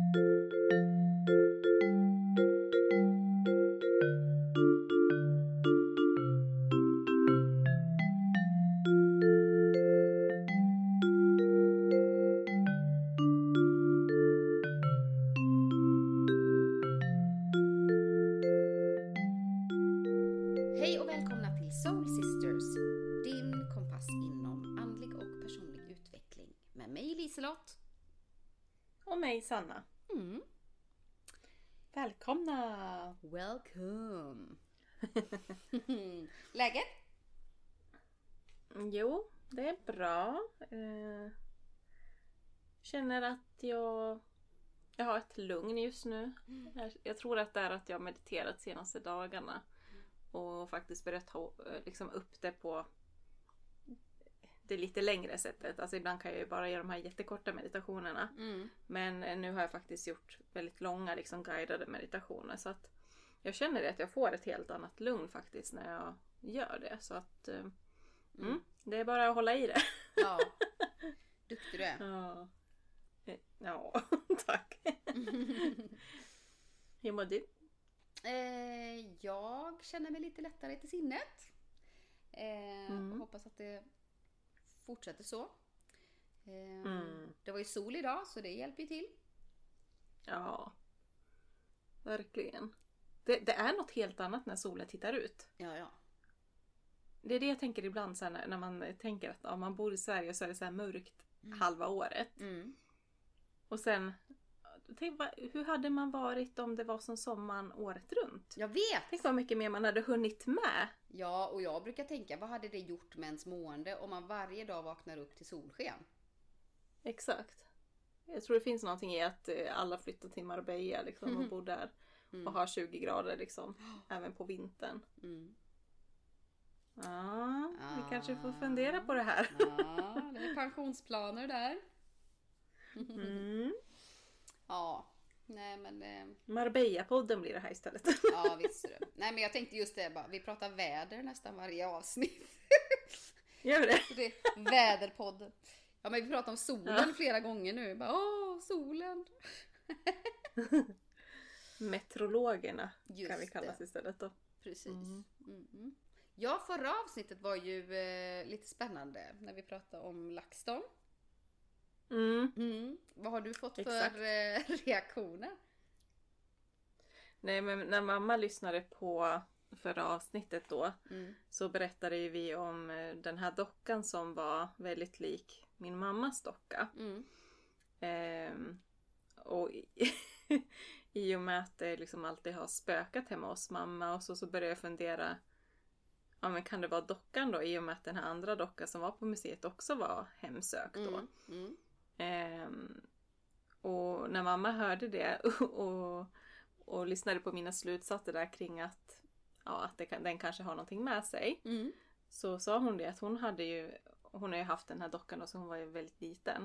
Hej och välkomna till Soul Sisters, din kompass inom andlig och personlig utveckling. Med mig Liselott. Och mig Sanna. Välkomna! Welcome! Läget? Jo, det är bra. Känner att jag har ett lugn just nu. Jag tror att det är att jag har mediterat senaste dagarna. Och faktiskt börjat ta liksom upp det på det lite längre sättet. Alltså ibland kan jag ju bara göra de här jättekorta meditationerna. Men nu har jag faktiskt gjort väldigt långa liksom guidade meditationer. Så att jag känner att jag får ett helt annat lugn faktiskt när jag gör det. Så att det är bara att hålla i det. Ja, duktig du är. Ja, tack. Hur mår du? Jag känner mig lite lättare till sinnet. Hoppas att det fortsätter så. Det var ju sol idag så det hjälper ju till. Ja, verkligen. Det är något helt annat när solen tittar ut. Ja. Det är det jag tänker ibland så här, när man tänker att man bor i Sverige så är det så här mörkt halva året. Och sen, hur hade man varit om det var som sommaren året runt? Jag vet! Tänk vad mycket mer man hade hunnit med. Ja, och jag brukar tänka, vad hade det gjort med ens mående om man varje dag vaknar upp till solsken? Exakt. Jag tror det finns någonting i att alla flyttar till Marbella liksom, och bor där. Och har 20 grader liksom, även på vintern. Ja, vi kanske får fundera på det här. Ja, det är pensionsplaner där. Ja, nej men... Marbella-podden blir det här istället. Ja, visst är det. Nej, men jag tänkte just det, bara, vi pratar väder nästan varje avsnitt. Gör det? Det är väderpodden. Ja, men vi pratar om solen flera gånger nu. Bara, solen. Meteorologerna just kan vi kallas istället då. Precis. Ja, förra avsnittet var ju lite spännande när vi pratade om LaxTon. Vad har du fått för reaktioner? Nej, men när mamma lyssnade på förra avsnittet då så berättade vi om den här dockan som var väldigt lik min mammas docka. Och i och med att det liksom alltid har spökat hemma hos mamma och så började jag fundera, ja men kan det vara dockan då, i och med att den här andra dockan som var på museet också var hemsökt då. Och när mamma hörde det och lyssnade på mina slutsatser där kring att den kanske har någonting med sig, så sa hon det att hon har ju haft den här dockan då, så hon var ju väldigt liten.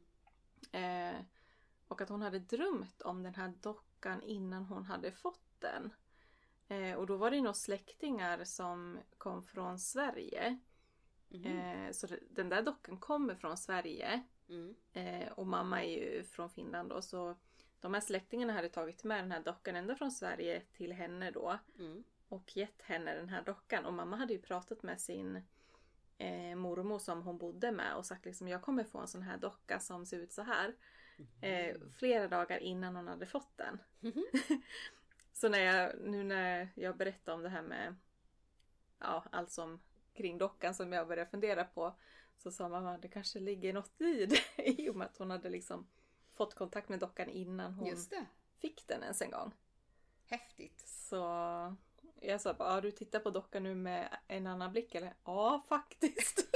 Och att hon hade drömt om den här dockan innan hon hade fått den. Och då var det nog släktingar som kom från Sverige. Så den där dockan kommer från Sverige. Och mamma är ju från Finland då. Så de här släktingarna hade tagit med den här dockan ända från Sverige till henne då. Och gett henne den här dockan. Och mamma hade ju pratat med sin mormor som hon bodde med. Och sagt liksom, jag kommer få en sån här docka som ser ut så här. Flera dagar innan hon hade fått den. Så när jag berättade om det här med allt som kring dockan som jag började fundera på, så sa mamma att det kanske ligger något i det, i och med att hon hade liksom fått kontakt med dockan innan hon fick den ens en gång. Häftigt. Så jag sa bara, du tittar på dockan nu med en annan blick eller? Ja, faktiskt.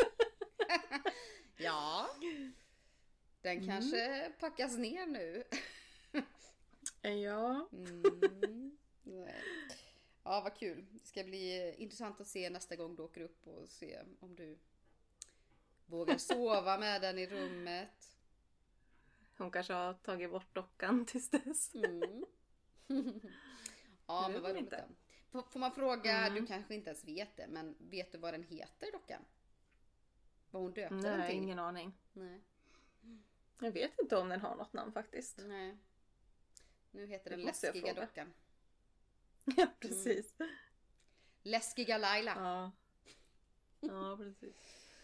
Ja. Den kanske packas ner nu. Ja. Ja, vad kul. Det ska bli intressant att se nästa gång du åker upp och se om du vågar sova med den i rummet. Hon kanske har tagit bort dockan tills dess. Ja, men vad roligt. Får man fråga, du kanske inte ens vet det, men vet du vad den heter, dockan? Vad hon döpte den till? Nej, ingen aning. Nej. Jag vet inte om den har något namn faktiskt. Nej. Nu heter den läskiga dockan. Ja, precis. Läskiga Laila. Ja, precis.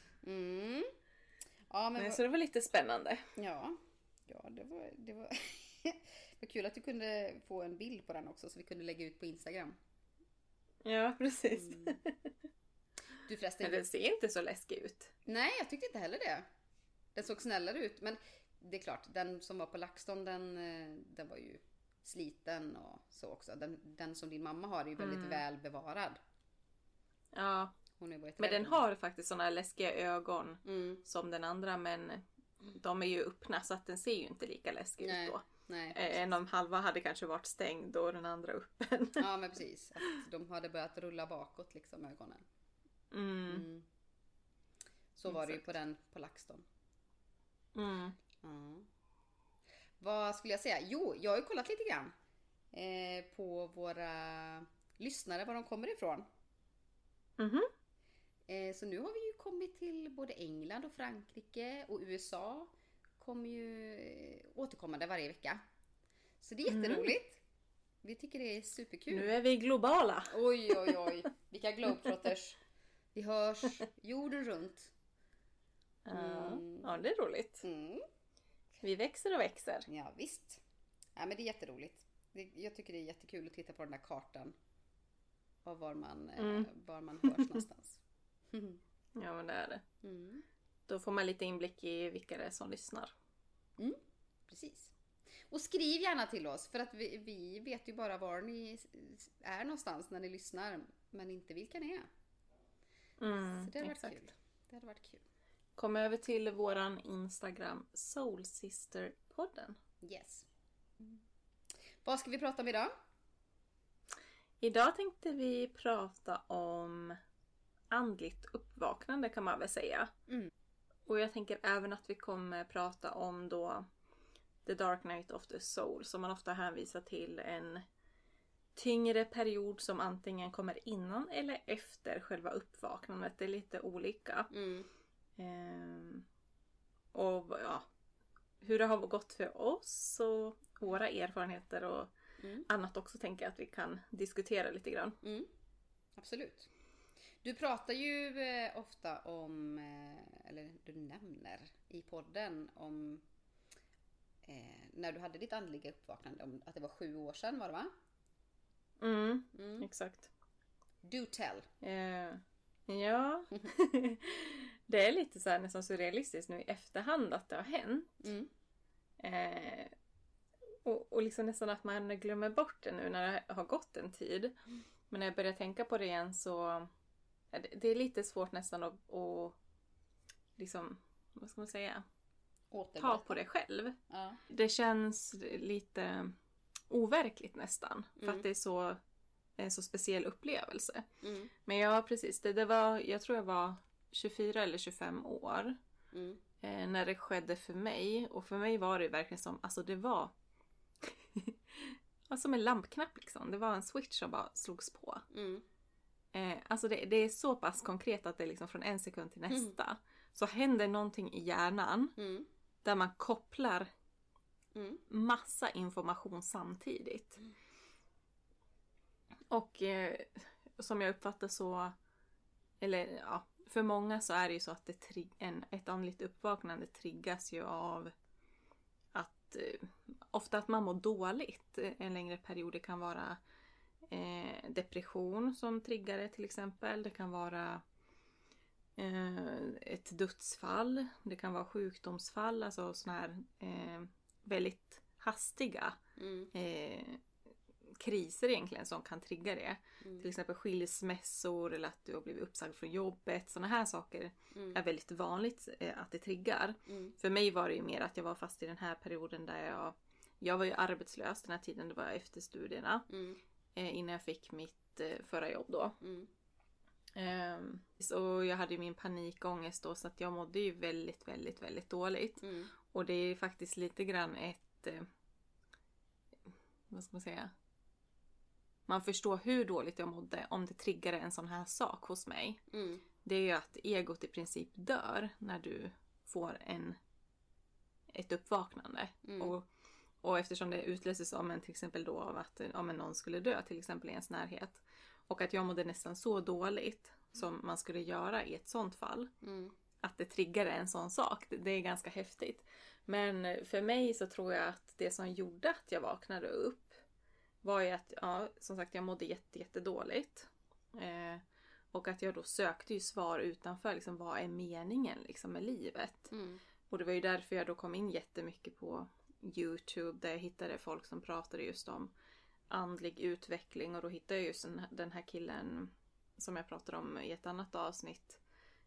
Ja, men så det var lite spännande. Ja, det var det var kul att du kunde få en bild på den också så vi kunde lägga ut på Instagram. Ja, precis. Du förresten... Men den ser inte så läskig ut. Nej, jag tyckte inte heller det. Den såg snällare ut, men det är klart, den som var på LaxTon, den var ju sliten och så också. Den som din mamma har är ju väldigt väl bevarad. Ja, hon är men den har faktiskt såna läskiga ögon som den andra, men de är ju öppna så att den ser ju inte lika läskig ut då. Nej, en av halva hade kanske varit stängd och den andra öppen. Ja, men precis. Att de hade börjat rulla bakåt liksom ögonen. Så var det ju på LaxTon. Vad skulle jag säga? Jo, jag har ju kollat lite grann på våra lyssnare, var de kommer ifrån. Så nu har vi ju kommit till både England och Frankrike och USA. Kommer ju återkommande varje vecka. Så det är jätteroligt. Vi tycker det är superkul. Nu är vi globala. Oj. Vilka globetrotters. Vi hörs jorden runt. Ja, det är roligt. Vi växer och växer. Ja, visst. Ja, men det är jätteroligt. Jag tycker det är jättekul att titta på den där kartan. Och var man hörs någonstans. Ja, men det är det. Då får man lite inblick i vilka det är som lyssnar. Precis. Och skriv gärna till oss, för att vi vet ju bara var ni är någonstans när ni lyssnar, men inte vilka ni är. Så det hade varit kul. Det hade varit kul. Kom över till våran Instagram, Soul Sister-podden. Yes. Vad ska vi prata om idag? Idag tänkte vi prata om andligt uppvaknande, kan man väl säga. Och jag tänker även att vi kommer prata om då The Dark Night of the Soul, som man ofta hänvisar till en tyngre period som antingen kommer innan eller efter själva uppvaknandet. Det är lite olika. Och ja, hur det har gått för oss och våra erfarenheter och annat också, tänker jag att vi kan diskutera lite grann. Absolut. Du pratar ju ofta om, eller du nämner i podden om när du hade ditt andliga uppvaknande, om att det var 7 år sedan, var det va? Exakt. Do tell. Ja. Det är lite så här nästan surrealistiskt nu i efterhand att det har hänt. Och liksom nästan att man glömmer bort det nu när det har gått en tid. Men när jag börjar tänka på det igen så det är lite svårt nästan att liksom, vad ska man säga, ta på det själv. Ja. Det känns lite overkligt nästan. För att det är en så speciell upplevelse. Men ja, precis. Det var, jag tror jag var 24 eller 25 år. När det skedde för mig. Och för mig var det verkligen som, alltså det var som en lampknapp liksom. Det var en switch som bara slogs på. Alltså det är så pass konkret att det är liksom från en sekund till nästa. Så händer någonting i hjärnan. Där man kopplar massa information samtidigt. Och som jag uppfattar så, eller ja, för många så är det ju så att ett andligt uppvaknande triggas ju av att ofta att man mår dödligt en längre period. Det kan vara depression som triggar det till exempel. Det kan vara ett dödsfall. Det kan vara sjukdomsfall, alltså såna här väldigt hastiga kriser egentligen som kan trigga det. Till exempel skilsmässor eller att du har blivit uppsagd från jobbet. Såna här saker är väldigt vanligt att det triggar. För mig var det ju mer att jag var fast i den här perioden där jag var ju arbetslös den här tiden. Det var efter studierna. Innan jag fick mitt förra jobb då. Så jag hade ju min panikångest då, så att jag mådde ju väldigt, väldigt, väldigt dåligt. Och det är faktiskt lite grann ett vad ska man säga? Man förstår hur dåligt jag mådde om det triggade en sån här sak hos mig. Det är ju att egot i princip dör när du får ett uppvaknande. Och Och eftersom det utlöses till exempel då av att någon skulle dö till exempel i ens närhet. Och att jag mådde nästan så dåligt som man skulle göra i ett sånt fall. Att det triggade en sån sak. Det är ganska häftigt. Men för mig så tror jag att det som gjorde att jag vaknade upp var ju att, som sagt, jag mådde jättedåligt. Och att jag då sökte ju svar utanför, liksom, vad är meningen liksom med livet? Och det var ju därför jag då kom in jättemycket på YouTube, där jag hittade folk som pratade just om andlig utveckling. Och då hittade jag just den här killen som jag pratade om i ett annat avsnitt.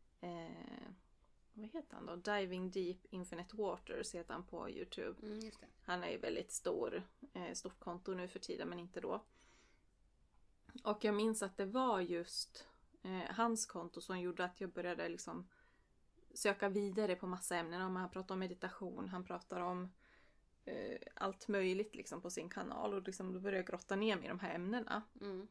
Vad heter han då? Diving Deep Infinite Waters heter han på YouTube. Just det. Han är ju väldigt stort konto nu för tiden, men inte då. Och jag minns att det var just hans konto som gjorde att jag började liksom söka vidare på massa ämnen. Han pratar om meditation, han pratar om allt möjligt liksom på sin kanal. Och liksom, då började jag grotta ner mig i de här ämnena.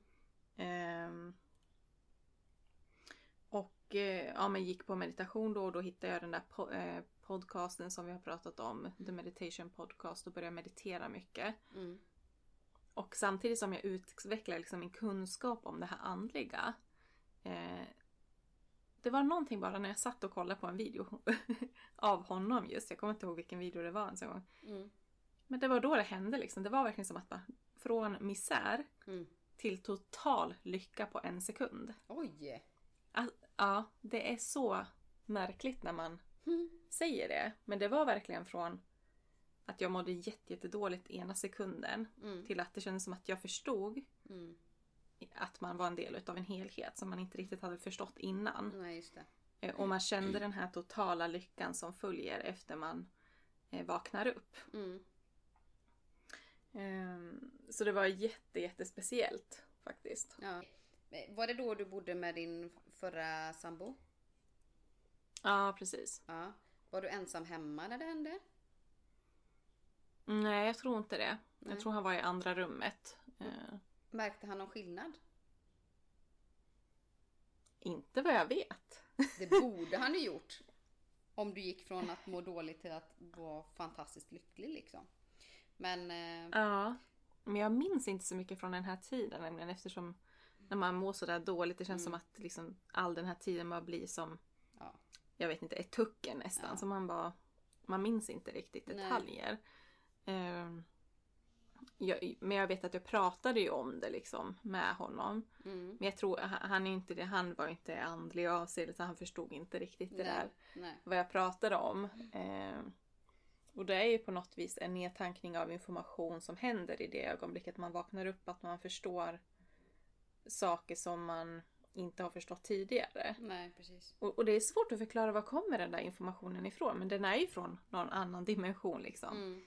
Men gick på meditation då, och då hittade jag den där podcasten som vi har pratat om, The Meditation Podcast, och började meditera mycket. Och samtidigt som jag utvecklade liksom min kunskap om det här andliga, det var någonting bara när jag satt och kollade på en video av honom just. Jag kommer inte ihåg vilken video det var en sån gång. Men det var då det hände liksom. Det var verkligen som att bara, från misär till total lycka på en sekund. Oj! Ja, det är så märkligt när man säger det. Men det var verkligen från att jag mådde jättedåligt ena sekunden till att det kändes som att jag förstod att man var en del av en helhet som man inte riktigt hade förstått innan. Nej, just det. Och man kände den här totala lyckan som följer efter man vaknar upp. Så det var jättespeciellt faktiskt. Ja. Var det då du bodde med din förra sambo? Ja, precis. Ja. Var du ensam hemma när det hände? Nej, jag tror inte det. Nej. Jag tror han var i andra rummet. Märkte han någon skillnad? Inte vad jag vet. Det borde han ju gjort. Om du gick från att må dåligt till att vara fantastiskt lycklig liksom. Men... Ja, men jag minns inte så mycket från den här tiden. Nämligen eftersom när man mår så där dåligt, det känns som att liksom all den här tiden bara blir som... Ja. Jag vet inte, ett tucken nästan. Så man minns inte riktigt detaljer. Men jag vet att jag pratade ju om det liksom med honom. Men jag tror han var inte andlig av sig, så han förstod inte riktigt det där. Vad jag pratade om. Och det är ju på något vis en nedtankning av information som händer i det ögonblicket man vaknar upp, att man förstår saker som man inte har förstått tidigare. Nej, precis. Och det är svårt att förklara var kommer den där informationen ifrån, men den är ju från någon annan dimension liksom.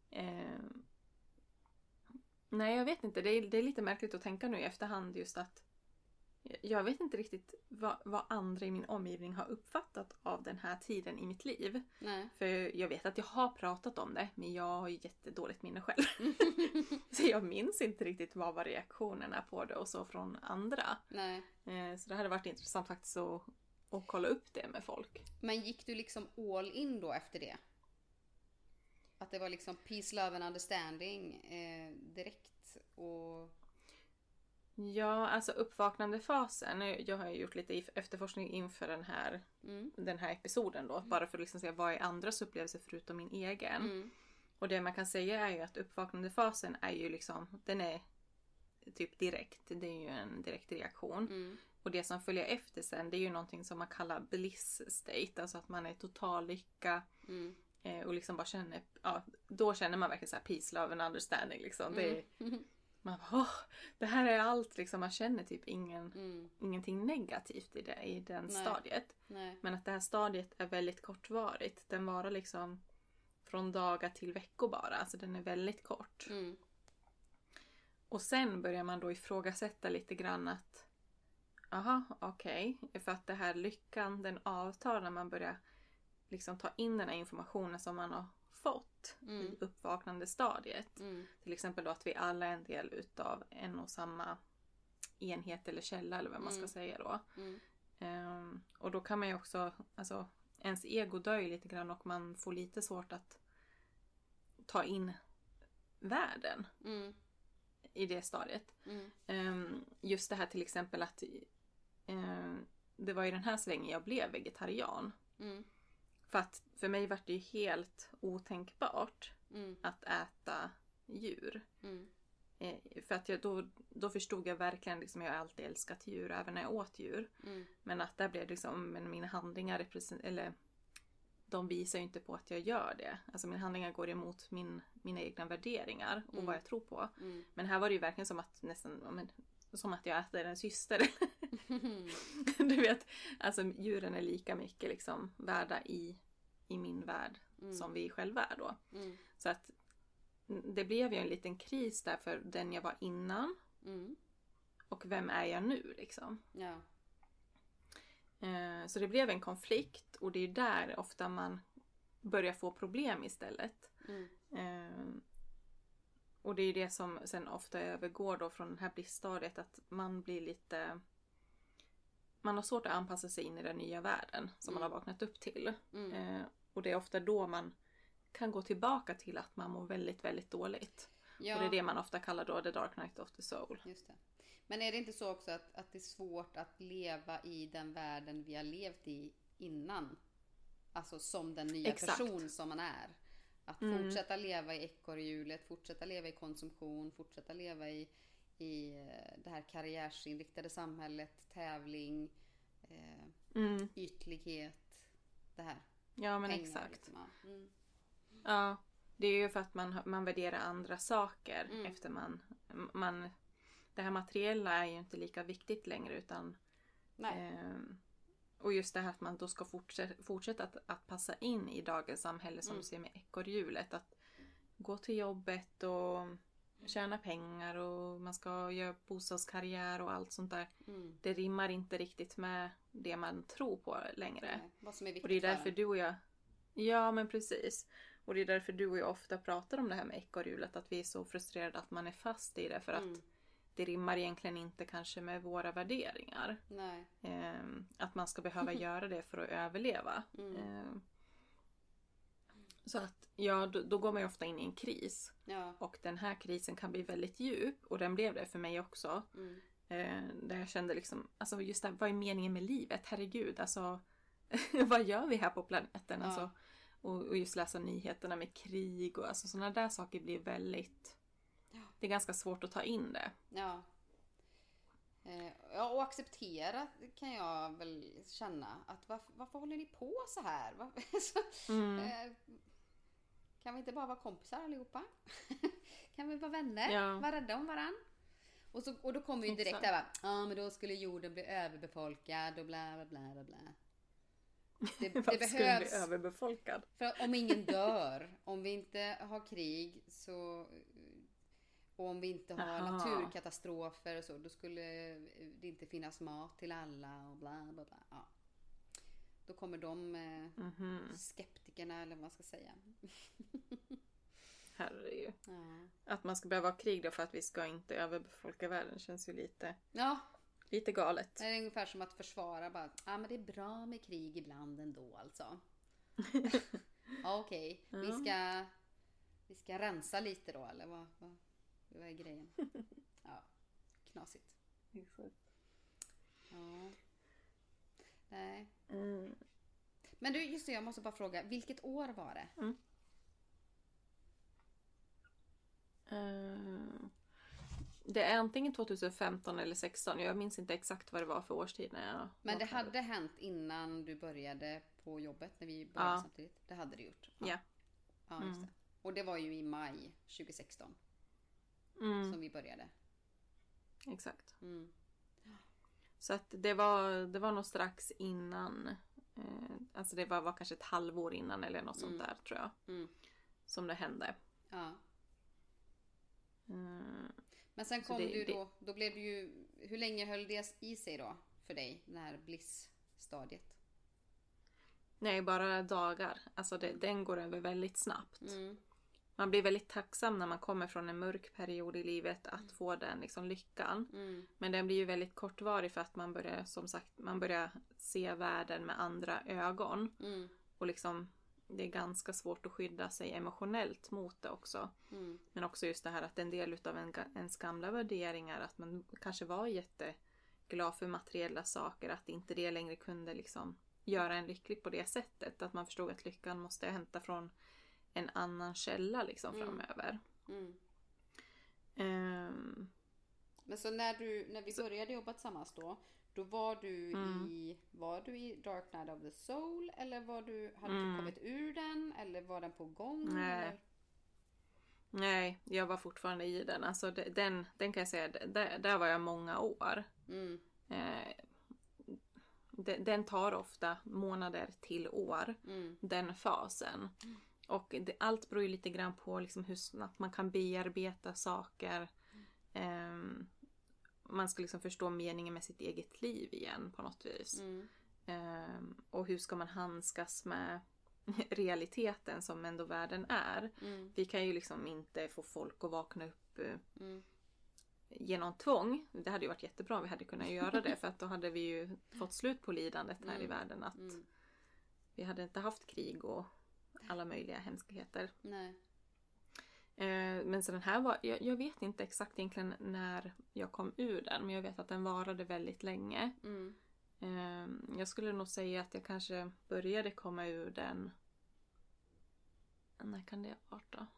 Nej, jag vet inte. Det är lite märkligt att tänka nu i efterhand just att jag vet inte riktigt vad andra i min omgivning har uppfattat av den här tiden i mitt liv. Nej. För jag vet att jag har pratat om det, men jag har ju jättedåligt minne själv. Så jag minns inte riktigt vad var reaktionerna på det och så från andra. Nej. Så det hade varit intressant faktiskt att kolla upp det med folk. Men gick du liksom all in då efter det? Att det var liksom peace, love and understanding direkt och... Ja, alltså uppvaknandefasen. Jag har gjort lite efterforskning inför den här episoden då. Bara för att liksom se vad är andras upplevelser förutom min egen. Och det man kan säga är ju att uppvaknandefasen är ju liksom, den är typ direkt. Det är ju en direkt reaktion. Och det som följer efter sen, det är ju någonting som man kallar bliss state. Alltså att man är total lycka. Och liksom bara känner, då känner man verkligen så här peace, love and understanding liksom. Det är, man bara, det här är allt liksom, man känner typ ingenting negativt i den stadiet. Nej. Men att det här stadiet är väldigt kortvarigt. Den varar liksom från dagar till veckor bara, alltså den är väldigt kort. Och sen börjar man då ifrågasätta lite grann att okej. För att det här lyckan, den avtar när man börjar liksom ta in den här informationen som man har fått i uppvaknande stadiet. Till exempel då att vi alla är en del utav en och samma enhet eller källa eller vad man ska säga då. Och då kan man ju också, alltså ens ego dör ju lite grann och man får lite svårt att ta in världen i det stadiet. Just det här till exempel att det var i den här svängen jag blev vegetarian. För att för mig var det ju helt otänkbart att äta djur. För att då förstod jag verkligen liksom, jag har alltid älskat djur även när jag åt djur. Men att där blev liksom, mina handlingar eller de visar ju inte på att jag gör det. Alltså mina handlingar går emot mina egna värderingar och vad jag tror på. Men här var det ju verkligen som att nästan, som att jag äter en syster. Du vet, alltså djuren är lika mycket liksom värda i min värld som vi själva är då. Så att det blev ju en liten kris där för den jag var innan. Och vem är jag nu liksom? Ja. Så det blev en konflikt och det är där ofta man börjar få problem istället. Och det är det som sen ofta övergår då från det här blissstadiet, att man blir lite... Man har svårt att anpassa sig in i den nya världen som man har vaknat upp till. Och det är ofta då man kan gå tillbaka till att man mår väldigt, väldigt dåligt. Ja. Och det är det man ofta kallar då the dark night of the soul. Just det. Men är det inte så också att det är svårt att leva i den världen vi har levt i innan? Alltså som den nya person som man är. Att fortsätta leva i ekorrhjulet, fortsätta leva i konsumtion, fortsätta leva i det här karriärsinriktade samhället, tävling, ytlighet, det här. Ja, men pengar, exakt. Liksom. Ja, det är ju för att man värderar andra saker efter man det här materiella är ju inte lika viktigt längre utan och just det här att man då ska fortsätta att passa in i dagens samhälle som du ser med ekorrhjulet, att gå till jobbet och tjäna pengar och man ska göra bostadskarriär och allt sånt där. Det rimmar inte riktigt med det man tror på längre. Nej, vad som är viktigt. Och det är därför du och jag... Ja, men precis. Och det är därför du och jag ofta pratar om det här med ekorrhjulet, att vi är så frustrerade att man är fast i det för att det rimmar egentligen inte kanske med våra värderingar. Nej. Att man ska behöva göra det för att överleva. Så att, ja, då går man ju ofta in i en kris. Ja. Och den här krisen kan bli väldigt djup. Och den blev det för mig också. Där jag kände liksom, alltså just det, vad är meningen med livet? Herregud, alltså vad gör vi här på planeten? Ja. Alltså, och just läsa nyheterna med krig och alltså sådana där saker blir väldigt... Det är ganska svårt att ta in det. Ja. Ja, och acceptera kan jag väl känna. Att varför håller ni på så här? Kan vi inte bara vara kompisar allihopa? Kan vi vara vänner? Ja. Vara rädda om varann? Och då kommer ju direkt där va, men då skulle jorden bli överbefolkad och bla bla bla bla. Det behövs. Skulle bli överbefolkad? För om ingen dör, om vi inte har krig så... Och om vi inte har naturkatastrofer och så, då skulle det inte finnas mat till alla och bla bla bla. Ja. Då kommer de skeptikerna, eller vad man ska säga. Herregud. Ja. Att man ska behöva ha krig då för att vi ska inte överbefolka världen känns ju lite galet. Det är ungefär som att försvara bara, men det är bra med krig ibland ändå alltså. Okej. Vi ska rensa lite då, eller vad är grejen? Ja, knasigt. Ja. Nej. Men du, just det, jag måste bara fråga, vilket år var det? Det är antingen 2015 eller 2016. Jag minns inte exakt vad det var för årstid när jag... Men det hade hänt innan du började på jobbet, när vi började samtidigt? Det hade det gjort? Ja. Ja, just det. Och det var ju i maj 2016 som vi började. Exakt. Så att det var nog strax innan, alltså det var kanske ett halvår innan eller något sånt där tror jag. Som det hände. Ja. Men sen kom då blev det ju, hur länge höll det i sig då för dig, det här bliss-stadiet? Nej, bara dagar. Alltså den går över väldigt snabbt. Man blir väldigt tacksam när man kommer från en mörk period i livet att få den liksom lyckan. Men den blir ju väldigt kortvarig för att man börjar, som sagt, se världen med andra ögon. Och liksom det är ganska svårt att skydda sig emotionellt mot det också. Men också just det här att en del av ens gamla värderingar, att man kanske var jätteglad för materiella saker, att inte det längre kunde liksom göra en lycklig på det sättet. Att man förstod att lyckan måste hämta från en annan källa liksom framöver. Men så när vi började jobba tillsammans då var du i Dark Night of the Soul, eller hade du kommit ur den, eller var den på gång? Nej, jag var fortfarande i den. Alltså den kan jag säga, där var jag många år. Den tar ofta månader till år, den fasen. Och allt beror ju lite grann på liksom hur snabbt man kan bearbeta saker. Man ska liksom förstå meningen med sitt eget liv igen på något vis. Och hur ska man handskas med realiteten som ändå världen är. Vi kan ju liksom inte få folk att vakna upp genom tvång. Det hade ju varit jättebra om vi hade kunnat göra det, för att då hade vi ju fått slut på lidandet här i världen. Att vi hade inte haft krig och alla möjliga hemskheter. Nej. Men så den här var, jag vet inte exakt egentligen när jag kom ur den, men jag vet att den varade väldigt länge. Jag skulle nog säga att jag kanske började komma ur den, när kan det ha varit då?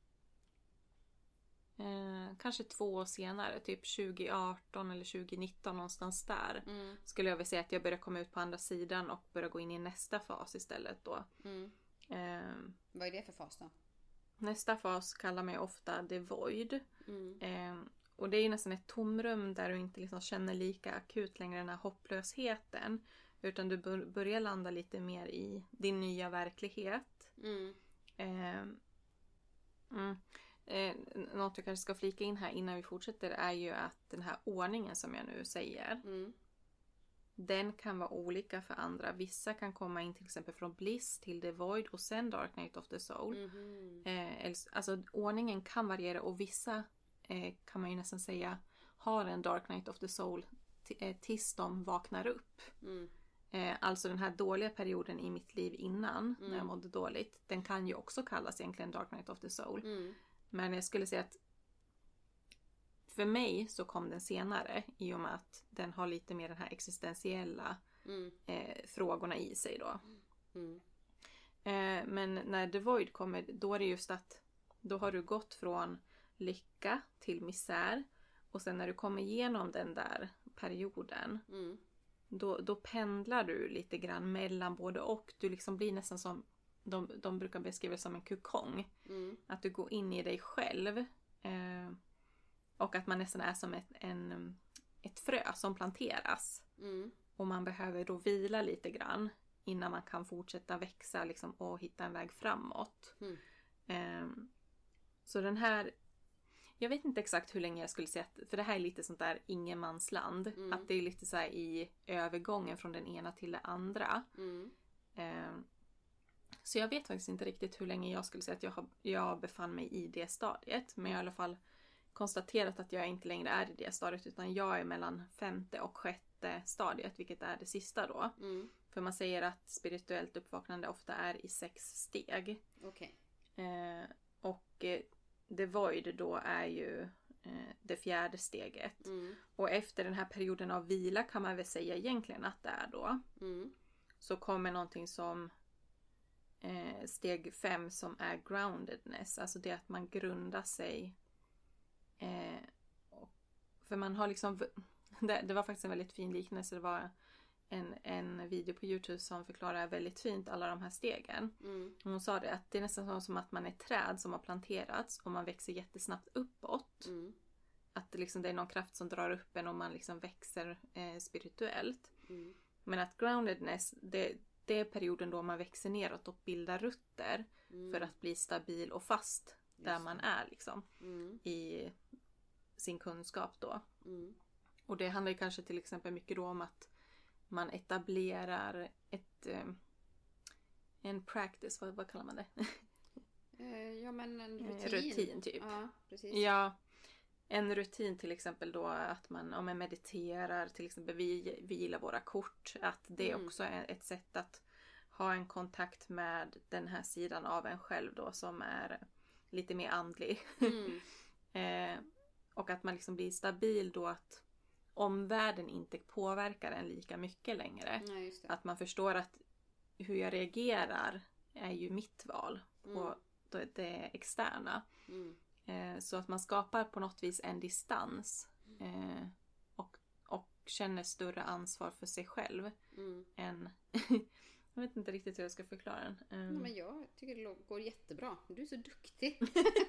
Kanske 2 år senare, typ 2018 eller 2019 någonstans där. Skulle jag väl säga att jag började komma ut på andra sidan och börja gå in i nästa fas istället då. Vad är det för fas då? Nästa fas kallar man ju ofta The Void. Och det är ju nästan ett tomrum där du inte liksom känner lika akut längre den här hopplösheten. Utan du börjar landa lite mer i din nya verklighet. Något jag kanske ska flika in här innan vi fortsätter är ju att den här ordningen som jag nu säger, den kan vara olika för andra. Vissa kan komma in till exempel från Bliss till The Void och sen Dark Night of the Soul. Alltså ordningen kan variera, och vissa kan man ju nästan säga har en Dark Night of the Soul tills de vaknar upp. Alltså den här dåliga perioden i mitt liv innan, när jag mådde dåligt, den kan ju också kallas egentligen Dark Night of the Soul. Men jag skulle säga att för mig så kom den senare, i och med att den har lite mer den här existentiella frågorna i sig då. Men när The Void kommer, då är det just att då har du gått från lycka till misär, och sen när du kommer igenom den där perioden, då pendlar du lite grann mellan både och. Du liksom blir nästan som, de brukar beskriva det som en kokong. Att du går in i dig själv. Och att man nästan är som ett frö som planteras. Och man behöver då vila lite grann innan man kan fortsätta växa liksom, och hitta en väg framåt. Så den här, jag vet inte exakt hur länge jag skulle säga, för det här är lite sånt där ingenmansland. Att det är lite så här i övergången från den ena till det andra. Så jag vet faktiskt inte riktigt hur länge jag skulle säga att jag befann mig i det stadiet. Men jag har i alla fall konstaterat att jag inte längre är i det stadiet, utan jag är mellan 5:e och 6:e stadiet, vilket är det sista då. För man säger att spirituellt uppvaknande ofta är i 6 steg. Och The Void då är ju det 4:e steget. Och efter den här perioden av vila kan man väl säga egentligen att det är då. Så kommer någonting som steg 5, som är groundedness. Alltså det att man grundar sig. För man har liksom, det var faktiskt en väldigt fin liknelse. Det var en video på YouTube som förklarar väldigt fint alla de här stegen. Hon sa det, att det är nästan som att man är träd som har planterats och man växer jättesnabbt uppåt. Att det är någon kraft som drar upp en och man liksom växer spirituellt. Men att groundedness, det är perioden då man växer neråt och bildar rötter för att bli stabil och fast där man är liksom i sin kunskap då. Och det handlar ju kanske till exempel mycket då om att man etablerar en practice, vad kallar man det? Ja, men en rutin. Rutin typ. Ja, precis. Ja, en rutin till exempel då att man mediterar, till exempel vi gillar våra kort, att det också är ett sätt att ha en kontakt med den här sidan av en själv då som är lite mer andlig. Och att man liksom blir stabil då, att omvärlden inte påverkar en lika mycket längre. Ja, just det. Att man förstår att hur jag reagerar är ju mitt val på det externa. Så att man skapar på något vis en distans och känner större ansvar för sig själv än... Jag vet inte riktigt hur jag ska förklara den. Nej, men jag tycker det går jättebra. Du är så duktig.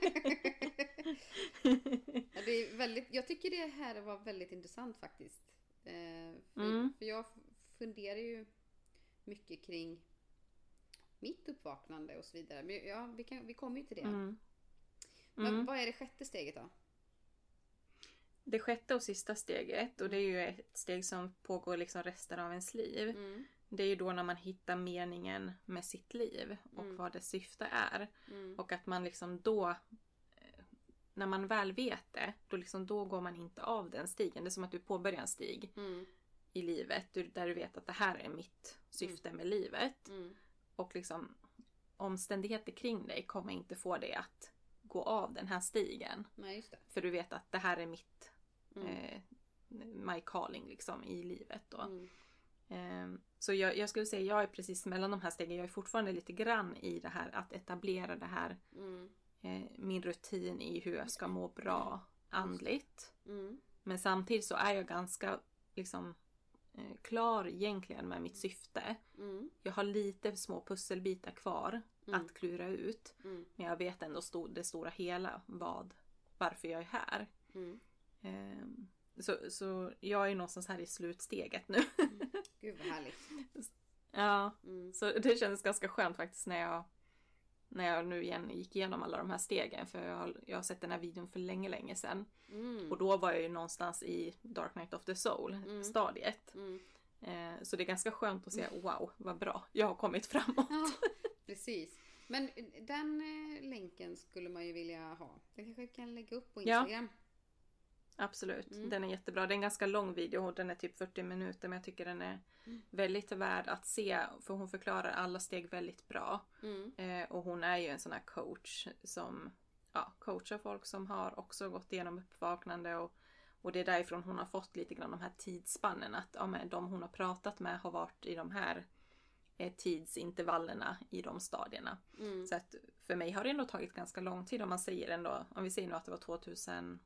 Ja, det är väldigt, jag tycker det här var väldigt intressant faktiskt. För jag funderar ju mycket kring mitt uppvaknande och så vidare. Men ja, vi kommer ju till det. Men vad är det sjätte steget då? Det sjätte och sista steget, och det är ju ett steg som pågår liksom resten av ens liv. Det är ju då när man hittar meningen med sitt liv och vad det syfte är. Och att man liksom då, när man väl vet det, då går man inte av den stigen. Det är som att du påbörjar en stig i livet där du vet att det här är mitt syfte med livet. Och liksom omständigheter kring dig kommer inte få dig att gå av den här stigen. Nej, just det. För du vet att det här är mitt my calling liksom i livet då. Så jag skulle säga, jag är precis mellan de här stegen. Jag är fortfarande lite grann i det här att etablera det här min rutin i hur jag ska må bra andligt. Men samtidigt så är jag ganska liksom klar egentligen med mitt syfte. Jag har lite små pusselbitar kvar att klura ut. Men jag vet ändå det stora hela varför jag är här. Så jag är någonstans här i slutsteget nu. Gud vad härligt. Ja, så det kändes ganska skönt faktiskt när jag nu igen gick igenom alla de här stegen. För jag har sett den här videon för länge sedan. Och då var jag ju någonstans i Dark Night of the Soul-stadiet. Så det är ganska skönt att se, wow, vad bra, jag har kommit framåt. Ja, precis. Men den länken skulle man ju vilja ha. Den kanske kan lägga upp på Instagram. Ja. Absolut, den är jättebra. Det är en ganska lång video och den är typ 40 minuter. Men jag tycker den är väldigt värd att se. För hon förklarar alla steg väldigt bra. Och hon är ju en sån här coach som coachar folk som har också gått igenom uppvaknande. Och det är därifrån hon har fått lite grann de här tidsspannen. Att de hon har pratat med har varit i de här tidsintervallerna i de stadierna. Så att för mig har det ändå tagit ganska lång tid. Om vi säger nu att det var 2015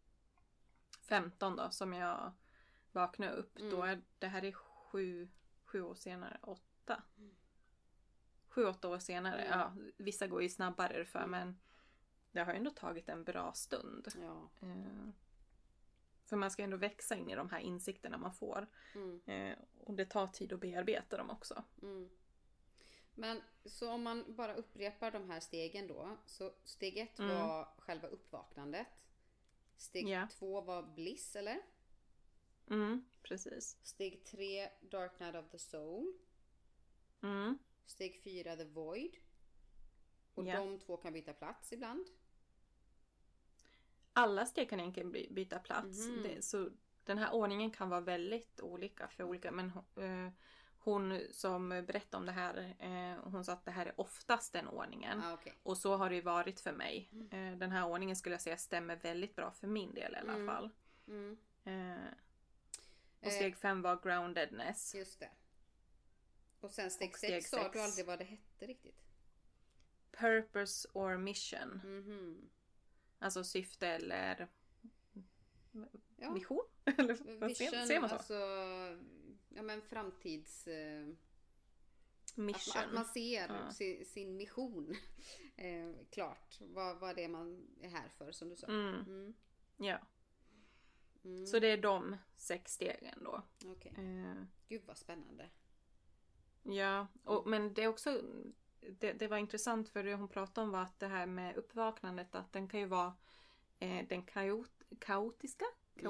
då som jag vaknade upp. Då är det här är 7 år senare, 8 år senare. Ja, vissa går ju snabbare för men det har ju ändå tagit en bra stund. Ja. För man ska ändå växa in i de här insikterna man får. Och det tar tid att bearbeta dem också. Men så om man bara upprepar de här stegen då. Så steg 1 var själva uppvaknandet. Steg 2 var bliss, eller? Precis. Steg 3, Dark Night of the Soul. Steg 4, The Void. Och de två kan byta plats ibland. Alla steg kan egentligen byta plats. Så den här ordningen kan vara väldigt olika för olika. Men hon som berättade om det här, hon sa att det här är oftast den ordningen. Okay. Och så har det ju varit för mig. Den här ordningen skulle jag säga stämmer väldigt bra för min del i alla fall. Och steg 5 var groundedness. Just det. Och sen steg 6 sa du aldrig vad det hette riktigt. Purpose or mission. Alltså syfte eller vision. Vision, ser man så? Alltså, framtids... mission. Att man ser sin mission klart. Vad det är man är här för, som du sa. Ja. Så det är de 6 stegen då. Okej. Gud vad spännande. Ja, men det är också... Det var intressant för det hon pratade om var att det här med uppvaknandet, att den kan ju vara den kaotiska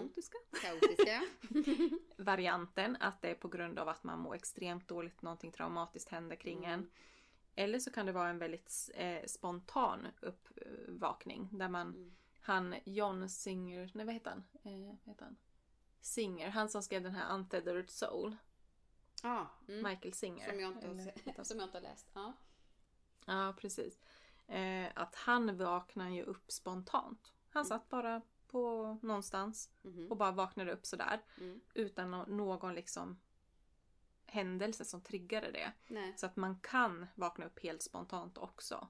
varianten, att det är på grund av att man mår extremt dåligt, någonting traumatiskt händer kring en. Eller så kan det vara en väldigt spontan uppvakning där man John Singer, nej vad heter han? Singer, han som skrev den här Untethered Soul. Michael Singer. Som jag inte har läst. Ja, ja precis. Att han vaknar ju upp spontant. Han satt bara på någonstans och bara vaknade upp sådär. Utan någon liksom händelse som triggade det. Nej. Så att man kan vakna upp helt spontant också.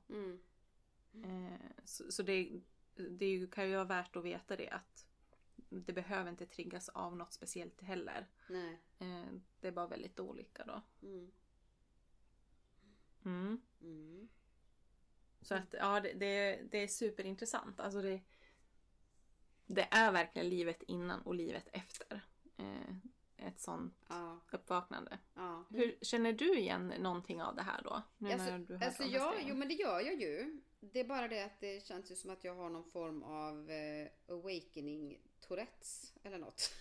Så det kan ju vara värt att veta det, att det behöver inte triggas av något speciellt heller. Nej. Det är bara väldigt olika då. Så att ja, det är superintressant. Alltså det är verkligen livet innan och livet efter. Ett sånt uppvaknande. Ja. Hur känner du igen någonting av det här då? Nu när du har jo men det gör jag ju. Det är bara det att det känns ju som att jag har någon form av awakening Tourettes eller något.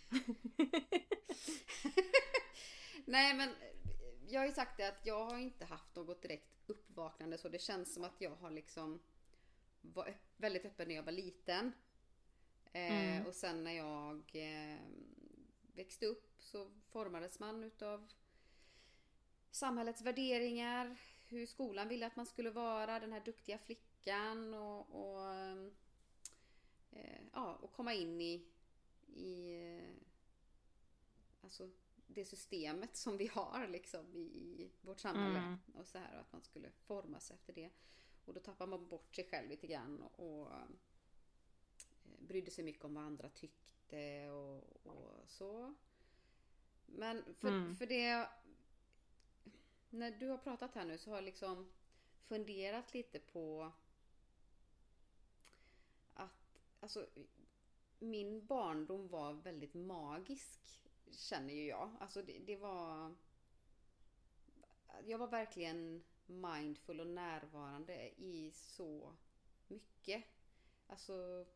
Nej men jag har ju sagt det att jag har inte haft något direkt uppvaknande, så det känns som att jag har liksom var väldigt öppen när jag var liten. Och sen när jag växte upp så formades man utav samhällets värderingar, hur skolan ville att man skulle vara, den här duktiga flickan och komma in i alltså det systemet som vi har liksom i vårt samhälle och så här, och att man skulle formas efter det, och då tappar man bort sig själv lite grann och brydde sig mycket om vad andra tyckte och så. Men för det, när du har pratat här nu så har jag liksom funderat lite på att alltså min barndom var väldigt magisk, känner ju jag. Alltså det var, jag var verkligen mindful och närvarande i så mycket. Alltså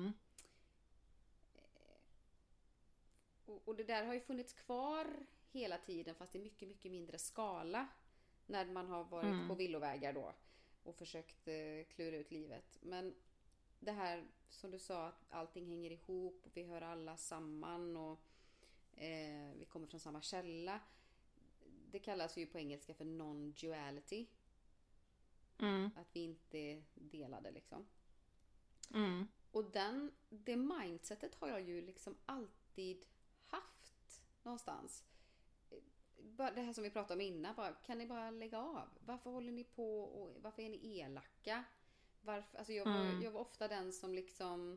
och det där har ju funnits kvar hela tiden, fast i mycket, mycket mindre skala när man har varit på villovägar då och försökt klura ut livet. Men det här som du sa, att allting hänger ihop och vi hör alla samman och vi kommer från samma källa. Det kallas ju på engelska för non-duality. Att vi inte är delade liksom. Och det mindsetet har jag ju liksom alltid haft någonstans. Det här som vi pratade om innan, bara, kan ni bara lägga av? Varför håller ni på och varför är ni elaka? Alltså jag var ofta den som liksom,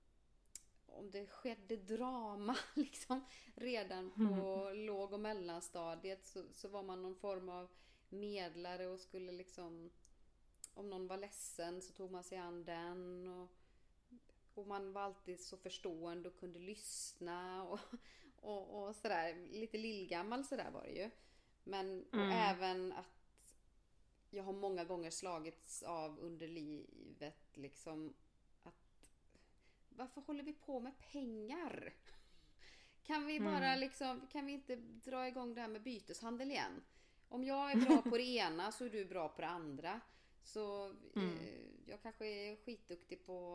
om det skedde drama liksom redan på låg- och mellanstadiet så var man någon form av medlare och skulle liksom, om någon var ledsen så tog man sig an den och man var alltid så förstående och kunde lyssna och sådär, lite lillgammal sådär var det ju. Men och även att jag har många gånger slagits av under livet liksom, att varför håller vi på med pengar? Kan vi bara liksom, kan vi inte dra igång det här med byteshandel igen? Om jag är bra på det ena så är du bra på det andra. Så jag kanske är skitduktig på,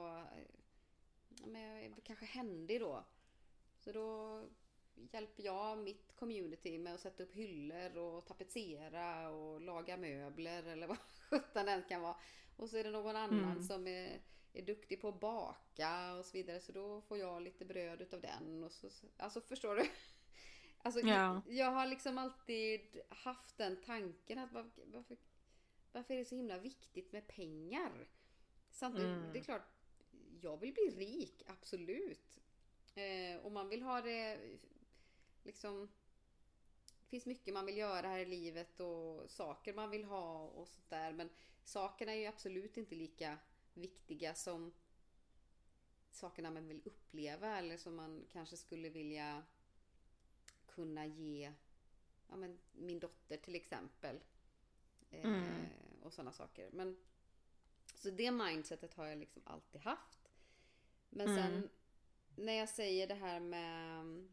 men jag är kanske händig då. Så då hjälper jag mitt community med att sätta upp hyllor och tapetsera och laga möbler eller vad sjutton den kan vara. Och så är det någon annan som är duktig på att baka och så vidare, så då får jag lite bröd utav den och så, alltså förstår du? Alltså jag har liksom alltid haft den tanken att varför är det så himla viktigt med pengar? Samtidigt, det är klart, jag vill bli rik, absolut. Och man vill ha det liksom, det finns mycket man vill göra här i livet och saker man vill ha och sånt där, men sakerna är ju absolut inte lika viktiga som sakerna man vill uppleva eller som man kanske skulle vilja kunna ge min dotter till exempel och sådana saker. Men så det mindsetet har jag liksom alltid haft. Men sen när jag säger det här med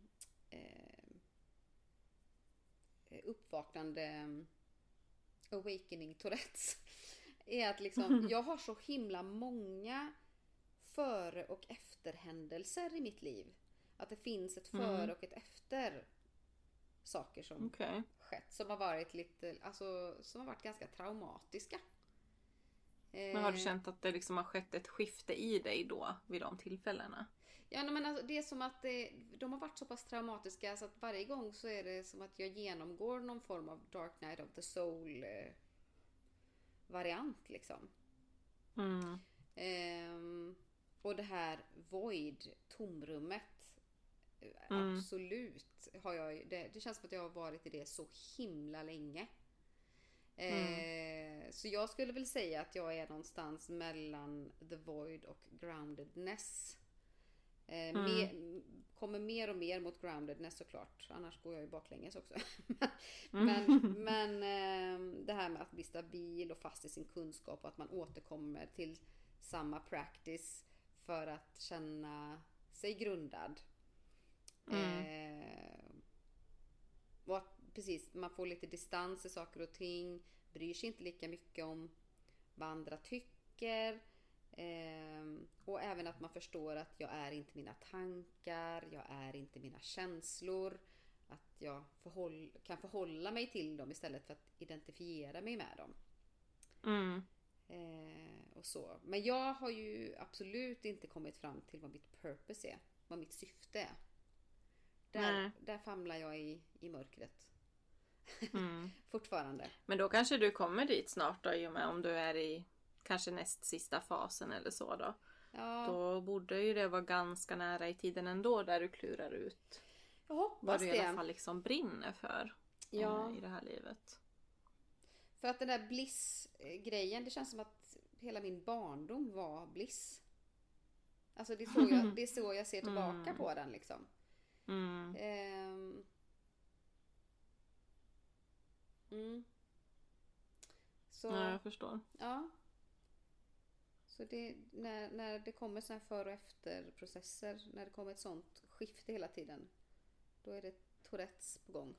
uppvaknande awakening Tourettes är att liksom, jag har så himla många före- och efterhändelser i mitt liv. Att det finns ett före och ett efter. saker som skett. Som har varit lite, alltså som har varit ganska traumatiska. Men har du känt att det liksom har skett ett skifte i dig då vid de tillfällena? Ja, men alltså, det är som att de har varit så pass traumatiska så att varje gång så är det som att jag genomgår någon form av Dark Night of the Soul variant liksom. Och det här void, tomrummet, absolut har jag, det känns som att jag har varit i det så himla länge. Så jag skulle väl säga att jag är någonstans mellan the void och groundedness. Kommer mer och mer mot groundedness såklart. Annars går jag ju baklänges också. men det här med att bli stabil och fast i sin kunskap och att man återkommer till samma practice för att känna sig grundad. Och att precis, man får lite distans i saker och ting. Bryr sig inte lika mycket om vad andra tycker. Och även att man förstår att jag är inte mina tankar, jag är inte mina känslor, att jag kan förhålla mig till dem istället för att identifiera mig med dem. Och så. Men jag har ju absolut inte kommit fram till vad mitt purpose är, vad mitt syfte är. Där famlar jag i mörkret. Fortfarande. Men då kanske du kommer dit snart då, i och med om du är i kanske näst sista fasen eller så då. Ja. Då borde ju det vara ganska nära i tiden ändå, där du klurar ut vad du i alla fall liksom brinner för i det här livet. För att den där bliss-grejen, det känns som att hela min barndom var bliss. Alltså det är så jag ser tillbaka på den liksom. Så, ja, jag förstår. Ja. Så det, när det kommer såna här för- och efterprocesser, när det kommer ett sånt skifte hela tiden, då är det Tourettes på gång.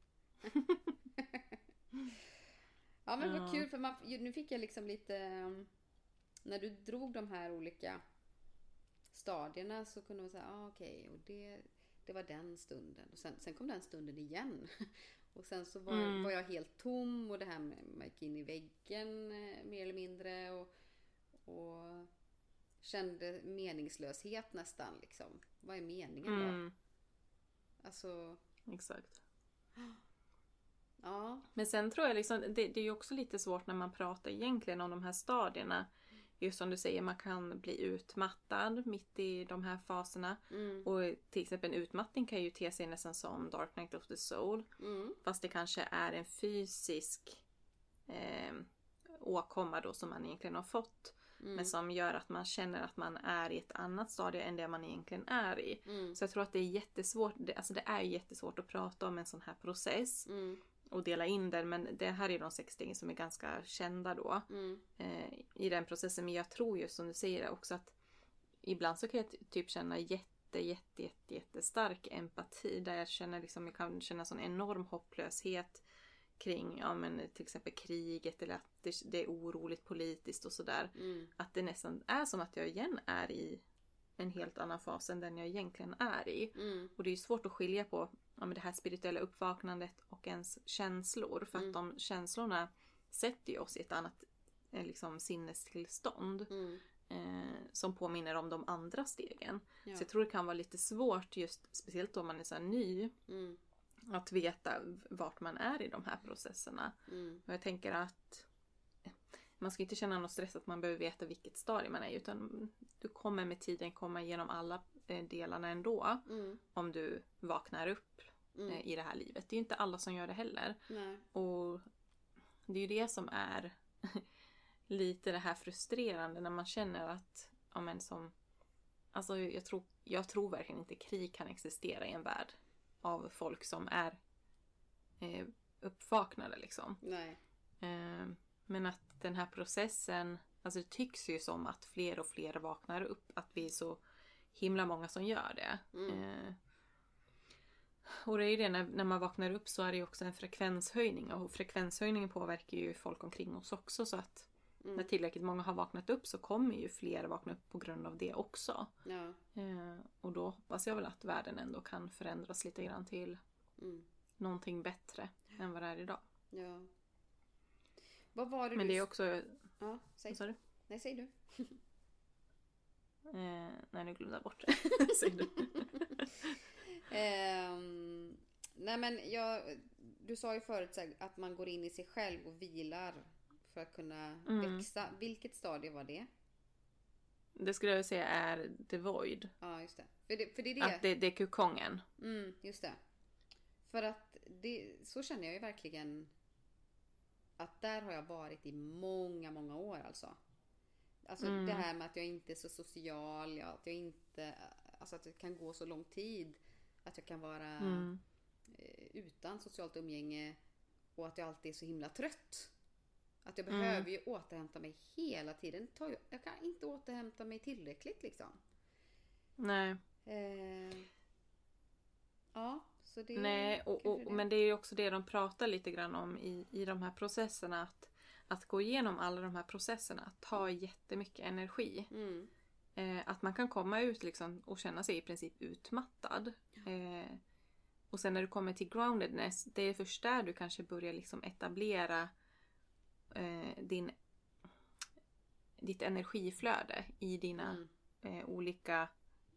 Ja, men det var kul, för nu fick jag liksom lite, när du drog de här olika stadierna så kunde man säga, okej, och det var den stunden. Och sen kom den stunden igen. Och sen så var jag helt tom, och det här med att gick in i väggen mer eller mindre och kände meningslöshet nästan liksom. Vad är meningen då? Alltså... Exakt. Ja. Men sen tror jag liksom, det är ju också lite svårt när man pratar egentligen om de här stadierna. Just som du säger, man kan bli utmattad mitt i de här faserna. Och till exempel en utmattning kan ju te sig nästan som Dark Night of the Soul. Fast det kanske är en fysisk åkomma då som man egentligen har fått. Men som gör att man känner att man är i ett annat stadie än det man egentligen är i. Så jag tror att det är jättesvårt, det är jättesvårt att prata om en sån här process. Och dela in den, men det här är de 6 stegen som är ganska kända då i den processen. Men jag tror ju, som du säger också, att ibland så kan jag typ känna jättestark empati, där jag känner liksom, jag kan känna sån enorm hopplöshet kring till exempel kriget, eller att det är oroligt politiskt och sådär. Att det nästan är som att jag igen är i en helt annan fas än den jag egentligen är i. Och det är ju svårt att skilja på det här spirituella uppvaknandet och ens känslor. För att de känslorna sätter ju oss i ett annat liksom, sinnestillstånd. Som påminner om de andra stegen. Ja. Så jag tror det kan vara lite svårt, just speciellt om man är så här ny, att veta vart man är i de här processerna. Och jag tänker att man ska inte känna någon stress att man behöver veta vilket stadie man är, utan du kommer med tiden komma igenom alla delarna ändå. Om du vaknar upp i det här livet. Det är ju inte alla som gör det heller. Nej. Och det är ju det som är lite det här frustrerande, när man känner att alltså jag tror verkligen inte krig kan existera i en värld av folk som är uppvaknade liksom. Nej. Men att den här processen, alltså det tycks ju som att fler och fler vaknar upp, att vi är så himla många som gör det. Och det är ju det, när man vaknar upp så är det ju också en frekvenshöjning, och frekvenshöjningen påverkar ju folk omkring oss också, så att när tillräckligt många har vaknat upp så kommer ju fler vakna upp på grund av det också. Ja. Och då hoppas jag väl att världen ändå kan förändras lite grann till någonting bättre än vad det är idag. Ja. Vad var det Men det är också... Ja, säg. Vad sa du? Nej, säg du. Nej, nu glömde jag bort det. Säg du. Nej, men du sa ju förut att man går in i sig själv och vilar för att kunna växa. Vilket stadie var det? Det skulle jag säga är the void. Ja, just det. För det är det. Att det är kukongen. Just det. För att så känner jag ju verkligen att där har jag varit i många, många år alltså. Alltså det här med att jag inte är så social, att jag inte, alltså att det kan gå så lång tid, att jag kan vara utan socialt umgänge och att jag alltid är så himla trött. Att jag behöver ju återhämta mig hela tiden. Jag kan inte återhämta mig tillräckligt liksom. Nej. Ja, så det... Nej, men det är ju också det de pratar lite grann om i de här processerna. Att gå igenom alla de här processerna tar jättemycket energi. Att man kan komma ut liksom och känna sig i princip utmattad. Och sen när du kommer till groundedness, det är först där du kanske börjar liksom etablera ditt energiflöde i dina olika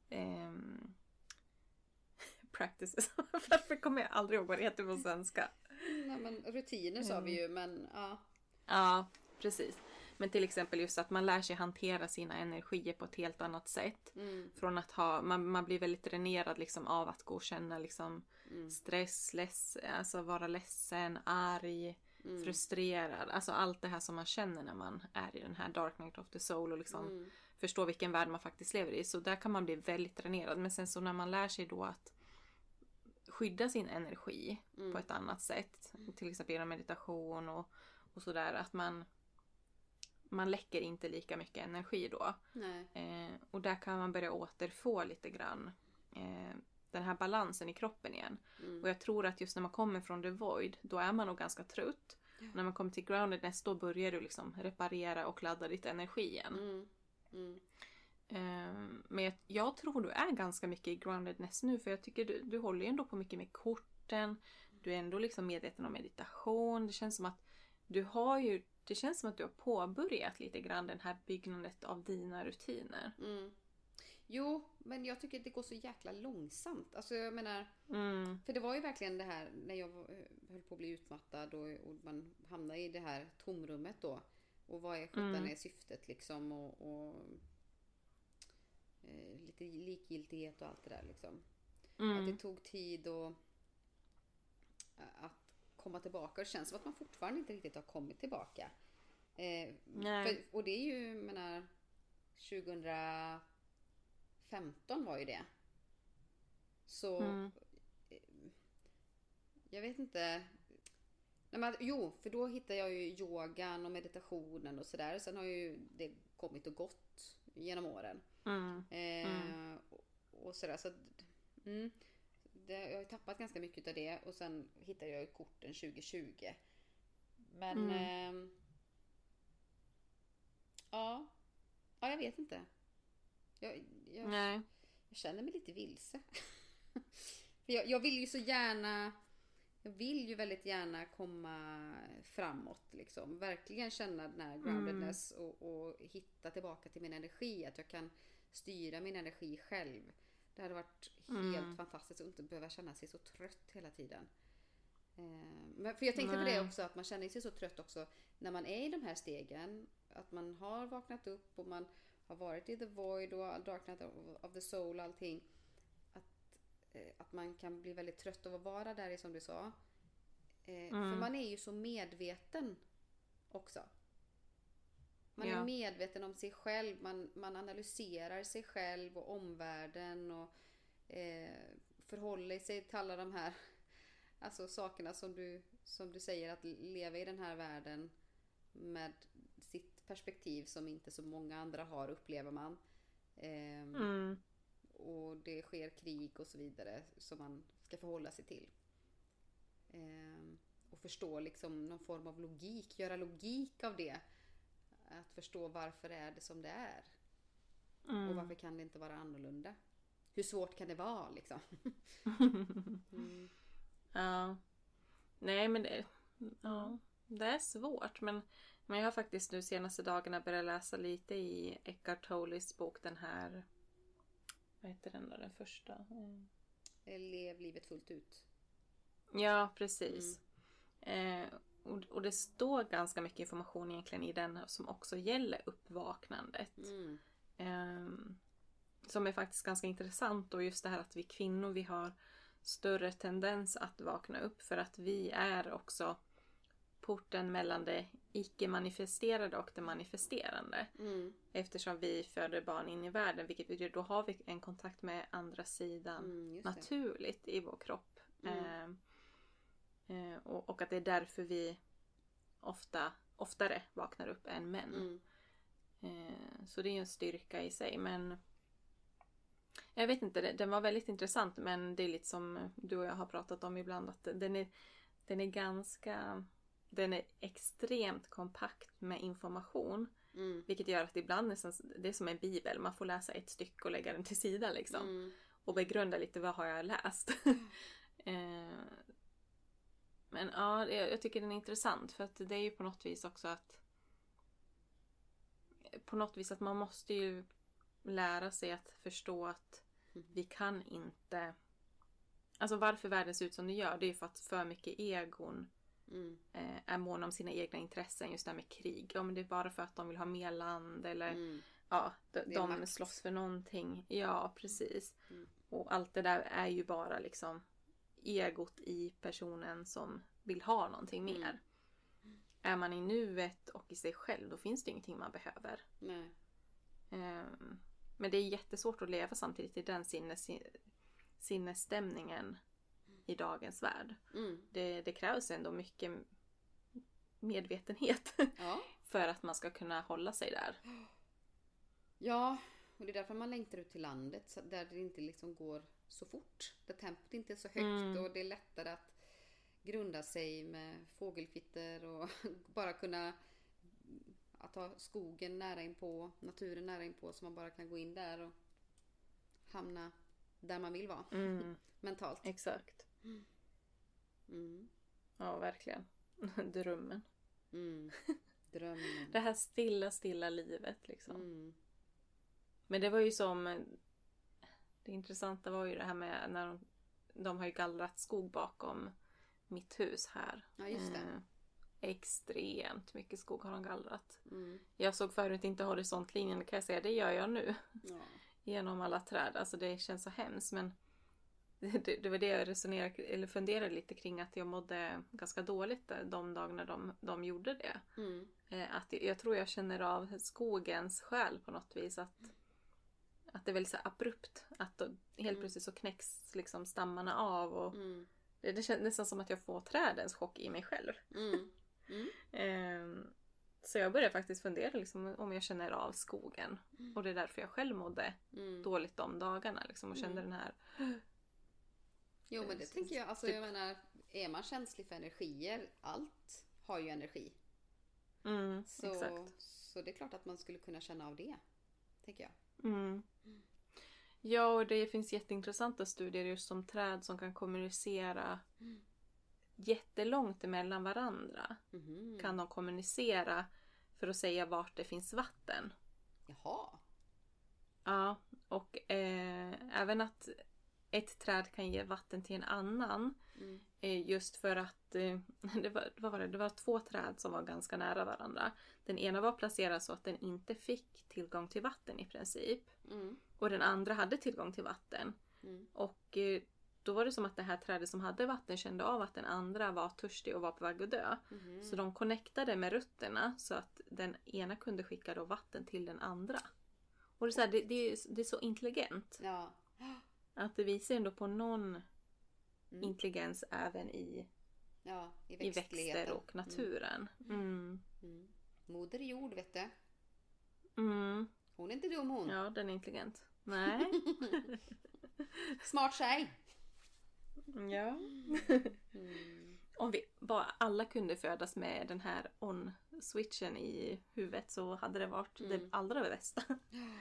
practices. Varför kommer jag aldrig ihåg vad det heter på svenska? Nej, men rutiner sa vi ju, men ja. Ja, precis. Men till exempel just att man lär sig hantera sina energier på ett helt annat sätt. Från att man blir väldigt dränerad liksom av att gå och känna liksom stress, alltså vara ledsen, arg, frustrerad. Alltså allt det här som man känner när man är i den här dark night of the soul och liksom förstår vilken värld man faktiskt lever i. Så där kan man bli väldigt dränerad. Men sen så när man lär sig då att skydda sin energi på ett annat sätt. Till exempel genom meditation och sådär. Att man läcker inte lika mycket energi då. Och där kan man börja återfå lite grann den här balansen i kroppen igen. Och jag tror att just när man kommer från the void, då är man nog ganska trött. Och när man kommer till groundedness, då börjar du liksom reparera och ladda ditt energi igen. Men jag tror du är ganska mycket i groundedness nu, för jag tycker du håller ju ändå på mycket med korten. Du är ändå liksom medveten om meditation. Det känns som att du har påbörjat lite grann den här byggnadet av dina rutiner. Jo, men jag tycker att det går så jäkla långsamt. Alltså jag menar, för det var ju verkligen det här när jag höll på att bli utmattad och man hamnar i det här tomrummet då. Och vad är sjutton är syftet liksom och lite likgiltighet och allt det där liksom. Att det tog tid att komma tillbaka. Det känns som att man fortfarande inte riktigt har kommit tillbaka. Och det är ju, menar, 2015 var ju det. Så jag vet inte. Nej, men, för då hittade jag ju yogan och meditationen och sådär. Sen har ju det kommit och gått genom åren. Och sådär. Så jag har tappat ganska mycket av det. Och sen hittade jag ju korten 2020. Men ja, jag vet inte. Jag känner mig lite vilse. För jag vill ju så gärna, jag vill ju väldigt gärna komma framåt liksom. Verkligen känna den här groundedness och hitta tillbaka till min energi. Att jag kan styra min energi själv. Det hade varit helt fantastiskt att inte behöva känna sig så trött hela tiden. Men för jag tänkte på det också, att man känner sig så trött också när man är i de här stegen. Att man har vaknat upp och man har varit i the void och dark night of the soul och allting. Att man kan bli väldigt trött av att vara där, som du sa. För man är ju så medveten också. Man är medveten om sig själv. Man analyserar sig själv och omvärlden och förhåller sig till alla de här alltså sakerna som du säger, att leva i den här världen med sitt perspektiv som inte så många andra har, upplever man. Och det sker krig och så vidare som man ska förhålla sig till. Och förstå liksom någon form av logik, göra logik av det. Att förstå varför är det som det är. Och varför kan det inte vara annorlunda? Hur svårt kan det vara liksom? Ja, Nej, men det är svårt. Men jag har faktiskt nu senaste dagarna börjat läsa lite i Eckhart Tolles bok, den här, vad heter den då, den första? Lev livet fullt ut. Ja, precis. Och det står ganska mycket information egentligen i den som också gäller uppvaknandet. Som är faktiskt ganska intressant. Och just det här att vi kvinnor, vi har större tendens att vakna upp. För att vi är också porten mellan det icke-manifesterade och det manifesterande. Eftersom vi föder barn in i världen. Vilket betyder då har vi en kontakt med andra sidan naturligt i vår kropp. Och att det är därför vi oftare vaknar upp än män. Så det är ju en styrka i sig. Men jag vet inte, den var väldigt intressant. Men det är lite som du och jag har pratat om ibland. Att den är extremt kompakt med information. Vilket gör att ibland nästan, det är som en bibel. Man får läsa ett stycke och lägga den till sidan liksom. Och begrunda lite, vad har jag läst? Men ja, jag tycker den är intressant. För att det är ju på något vis också att man måste ju lära sig att förstå att vi kan inte, alltså varför världen ser ut som det gör, det är för att för mycket egon är mån om sina egna intressen, just det här med krig. Ja, men det är bara för att de vill ha mer land eller de slåss för någonting. Ja, precis. Och allt det där är ju bara liksom egot i personen som vill ha någonting mer. Är man i nuet och i sig själv, då finns det ingenting man behöver. Nej. Men det är jättesvårt att leva samtidigt i den sinnesstämningen i dagens värld. Det krävs ändå mycket medvetenhet för att man ska kunna hålla sig där. Ja, och det är därför man längtar ut till landet där det inte liksom går så fort. Där tempot inte är så högt och det är lättare att grunda sig med fågelkvitter och bara kunna att ha skogen nära inpå, naturen nära inpå, så man bara kan gå in där och hamna där man vill vara mentalt. Exakt. Ja, verkligen. Drömmen. Drömmen. Det här stilla livet liksom. Men det var ju som, det intressanta var ju det här med när de har ju gallrat skog bakom mitt hus här. Ja, just det. Extremt mycket skog har de gallrat. Jag såg förut inte horisontlinjen, kan jag säga, det gör jag nu. Ja. Genom alla träd. Alltså det känns så hemskt, men det var det jag funderade lite kring, att jag mådde ganska dåligt de dagarna de gjorde det. Att jag tror jag känner av skogens själ på något vis, att det är väldigt så abrupt, att helt plötsligt så knäcks liksom stammarna av och det känns nästan som att jag får trädens chock i mig själv. Så jag började faktiskt fundera liksom, om jag känner av skogen. Och det är därför jag själv mådde dåligt de dagarna liksom, och kände den här. Jo, men det tänker jag. Alltså, jag menar, är man känslig för energier, allt har ju energi. Exakt. Så det är klart att man skulle kunna känna av det, tänker jag. Ja, och det finns jätteintressanta studier just om träd som kan kommunicera jättelångt emellan varandra. Kan de kommunicera för att säga vart det finns vatten. Jaha. Ja, och även att ett träd kan ge vatten till en annan. Just för att det var 2 träd som var ganska nära varandra. Den ena var placerad så att den inte fick tillgång till vatten i princip. Och den andra hade tillgång till vatten. Och då var det som att det här trädet som hade vatten kände av att den andra var törstig och var på väg att dö. Så de connectade med rötterna så att den ena kunde skicka då vatten till den andra. Och det är, så här, det är så intelligent. Ja. Att det visar ändå på någon intelligens även i växter och naturen. Moder jord, vet du. Hon är inte dum, hon. Ja, den är intelligent. Nej. Smart tjej. Ja. Om vi bara alla kunde födas med den här on-switchen i huvudet, så hade det varit det allra bästa.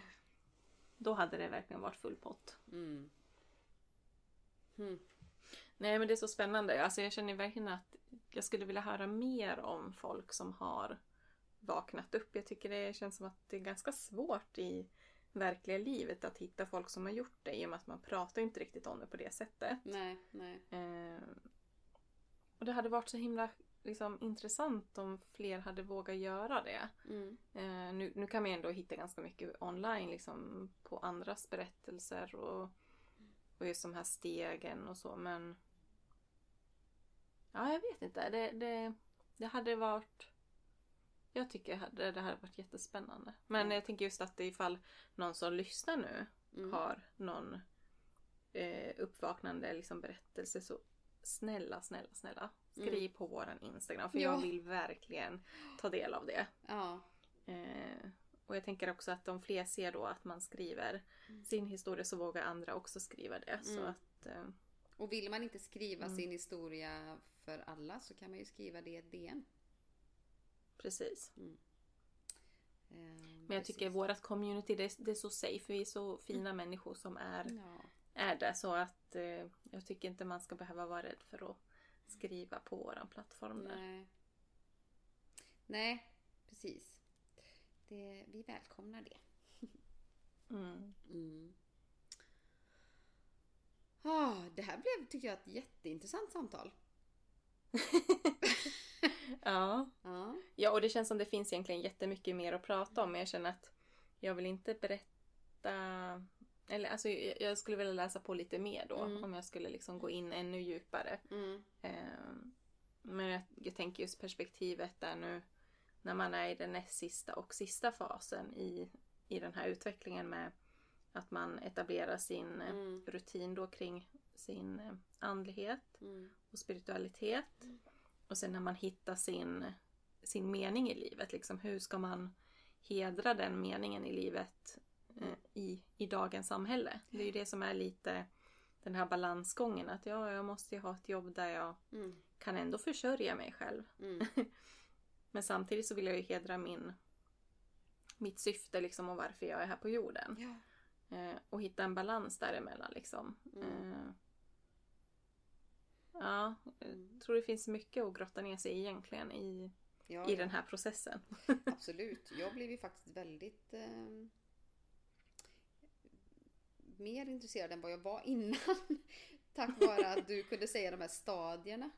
Då hade det verkligen varit full pott. Nej, men det är så spännande. Alltså jag känner verkligen att jag skulle vilja höra mer om folk som har vaknat upp. Jag tycker det känns som att det är ganska svårt i verkliga livet att hitta folk som har gjort det, i och med att man pratar inte riktigt om det på det sättet. Nej. Och det hade varit så himla liksom intressant om fler hade vågat göra det. Nu kan man ändå hitta ganska mycket online liksom, på andras berättelser och just de här stegen och så, men ja, jag vet inte. Det hade varit, jag tycker det hade varit jättespännande. Men jag tänker just att ifall någon som lyssnar nu har någon uppvaknande liksom berättelse, så snälla skriv på våran Instagram, för jag vill verkligen ta del av det. Ja. Och jag tänker också att om fler ser då att man skriver sin historia, så vågar andra också skriva det. Så att, och vill man inte skriva sin historia för alla, så kan man ju skriva det i ett DN. Precis. Men jag tycker vårat community, det är så safe. Vi är så fina människor som är det. Så att jag tycker inte man ska behöva vara rädd för att skriva på våran plattform där. Nej, precis. Vi välkomnar det. Det här blev, tycker jag, ett jätteintressant samtal. Ja, och det känns som det finns egentligen jättemycket mer att prata om. Men jag känner att jag vill inte berätta, eller alltså jag skulle vilja läsa på lite mer då, om jag skulle liksom gå in ännu djupare. Men jag tänker just perspektivet där nu, när man är i den näst sista och sista fasen i den här utvecklingen, med att man etablerar sin rutin då kring sin andlighet och spiritualitet. Och sen när man hittar sin mening i livet, liksom, hur ska man hedra den meningen i livet i dagens samhälle? Det är ju det som är lite den här balansgången, att jag måste ju ha ett jobb där jag kan ändå försörja mig själv. Men samtidigt så vill jag ju hedra mitt syfte liksom, och varför jag är här på jorden. Och hitta en balans däremellan liksom. Jag tror det finns mycket att grotta ner sig i egentligen i den här processen. Absolut. Jag blev ju faktiskt väldigt mer intresserad än vad jag var innan. Tack vare att du kunde säga de här stadierna.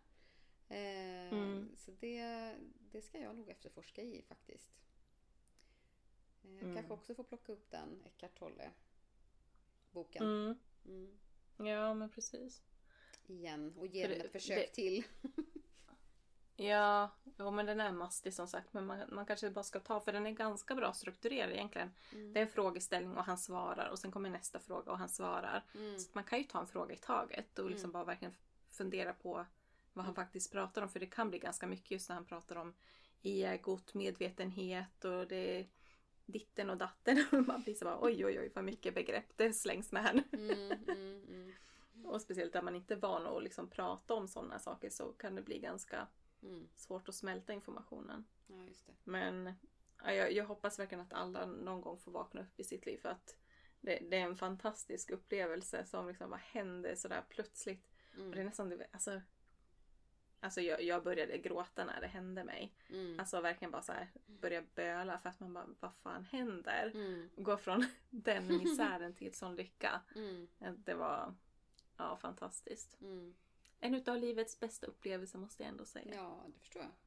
Så det ska jag nog efterforska i faktiskt. Kanske också få plocka upp den Eckhart Tolle boken. Ja, men precis. Igen och ge den ett försök till. Ja, men den är mastig som sagt. Men man kanske bara ska ta, för den är ganska bra strukturerad egentligen. Det är en frågeställning och han svarar. Och sen kommer nästa fråga och han svarar. Så man kan ju ta en fråga i taget. Och liksom bara verkligen fundera på vad han faktiskt pratar om. För det kan bli ganska mycket just när han pratar om egot, medvetenhet. Och det är ditten och datten. Och man blir så bara oj vad mycket begrepp det slängs med här. Och speciellt där man inte är van att liksom prata om sådana saker, så kan det bli ganska svårt att smälta informationen. Ja, just det. Men jag hoppas verkligen att alla någon gång får vakna upp i sitt liv, för att det är en fantastisk upplevelse som liksom bara händer sådär plötsligt. Och det är nästan, alltså jag började gråta när det hände mig. Alltså verkligen bara så här börja böla, för att man bara, vad fan händer? Gå från den misären till sån lycka. Det var fantastiskt. En utav livets bästa upplevelser, måste jag ändå säga. Ja, det förstår jag.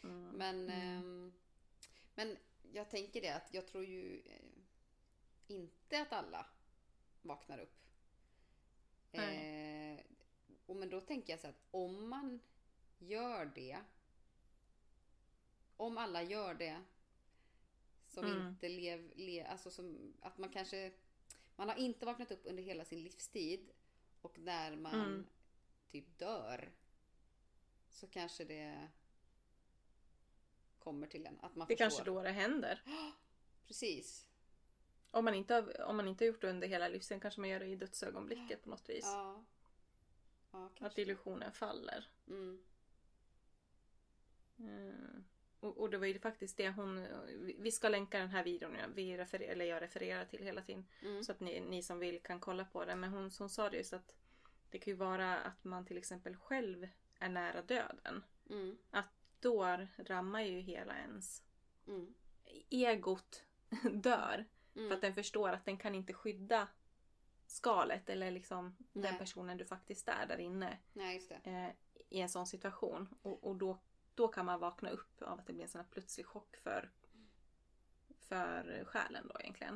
Men jag tänker det, att jag tror ju inte att alla vaknar upp. Men då tänker jag så att om man gör det, om alla gör det som inte alltså som att man kanske, man har inte vaknat upp under hela sin livstid, och när man typ dör, så kanske det kommer till en, att man det förstår. Kanske då det händer. Precis. Om man inte har gjort det under hela livsen, kanske man gör det i dödsögonblicket på något vis. Ja, att illusionen faller. Och det var ju faktiskt det vi ska länka den här videon jag refererar till hela tiden, så att ni som vill kan kolla på det. Men hon sa det just att det kan ju vara att man till exempel själv är nära döden. Att då rammar ju hela ens egot dör. För att den förstår att den kan inte skydda skalet eller liksom den personen du faktiskt är där inne. Nej, just det. I en sån situation. Och då kan man vakna upp av att det blir en sån här plötslig chock för själen då egentligen.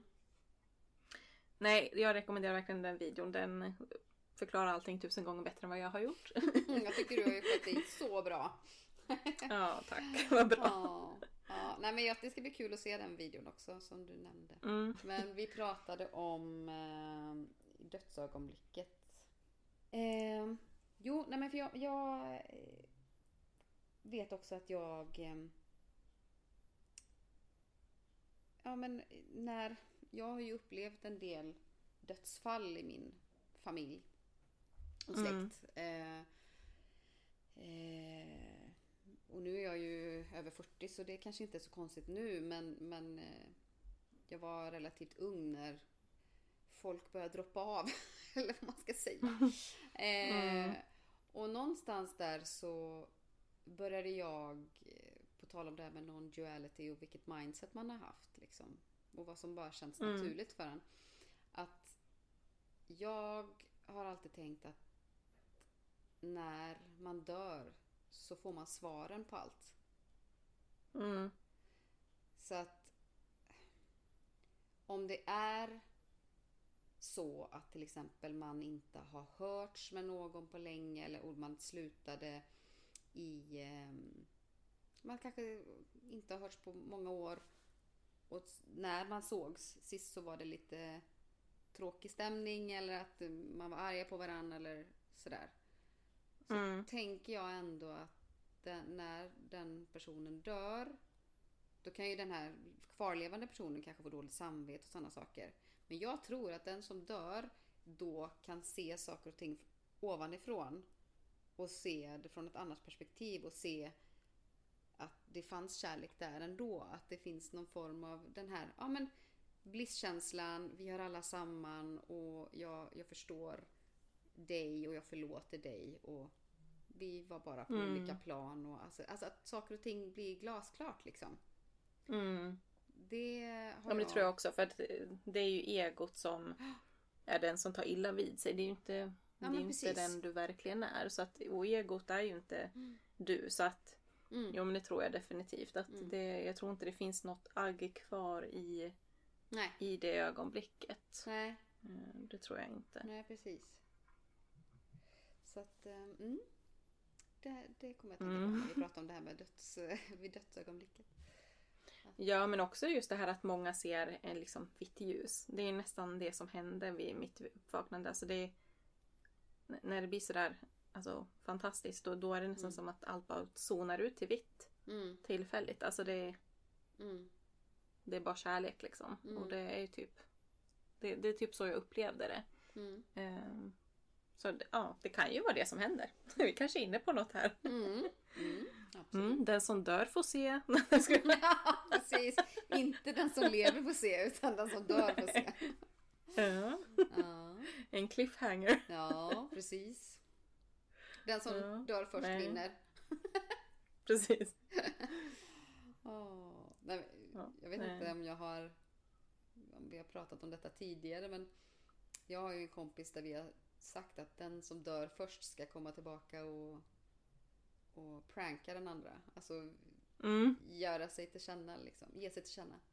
Nej, jag rekommenderar verkligen den videon. Den förklarar allting 1000 gånger bättre än vad jag har gjort. Jag tycker du har ju fått det så bra. Ja, tack. Vad bra. Ja, nej, men det ska bli kul att se den videon också som du nämnde. Men vi pratade om dödsögonblicket. Jo, nej men för jag vet också att jag har ju upplevt en del dödsfall i min familj och släkt. Och nu är jag ju över 40 så det kanske inte är så konstigt nu, men jag var relativt ung när folk började droppa av eller vad man ska säga. Och någonstans där så började jag på tal om det här med non-duality och vilket mindset man har haft liksom, och vad som bara känns naturligt för en, att jag har alltid tänkt att när man dör så får man svaren på allt. Så att om det är så att till exempel man inte har hörts med någon på länge eller man slutade man kanske inte har hörts på många år och när man sågs sist så var det lite tråkig stämning eller att man var arga på varandra eller sådär. Så tänker jag ändå att när den personen dör då kan ju den här kvarlevande personen kanske få dåligt samvete och sådana saker. Men jag tror att den som dör då kan se saker och ting ovanifrån och se det från ett annat perspektiv och se att det fanns kärlek där ändå. Att det finns någon form av den här blisskänslan, vi har alla samman och jag förstår dig och jag förlåter dig och vi var bara på olika plan och alltså att saker och ting blir glasklart liksom. Det har det tror jag också, för att det är ju egot som är den som tar illa vid sig. Det är ju inte, det är inte den du verkligen är. Så att, och egot är ju inte du. Så att, jo men det tror jag definitivt. Att jag tror inte det finns något agg kvar i det ögonblicket. Nej. Det tror jag inte. Nej, precis. Så att, det kommer jag tänka på när vi pratar om det här med vid dödsögonblicket. Ja, men också just det här att många ser en liksom vitt ljus. Det är nästan det som hände vid mitt uppvaknande. Alltså när det blir sådär fantastiskt, då är det nästan som att allt bara zonar ut till vitt tillfälligt. Alltså det är bara kärlek liksom. Och det är ju typ det är typ så jag upplevde det. Så det kan ju vara det som händer. Vi kanske är inne på något här. Den som dör får se. Precis. Inte den som lever får se, utan den som dör får se. Ja. En cliffhanger. Ja, precis. Den som dör först vinner. Precis. Nej, jag vet inte om vi har pratat om detta tidigare, men jag har ju en kompis där vi har sagt att den som dör först ska komma tillbaka och pranka den andra. Alltså göra sig till känna liksom. Ge sig till känna.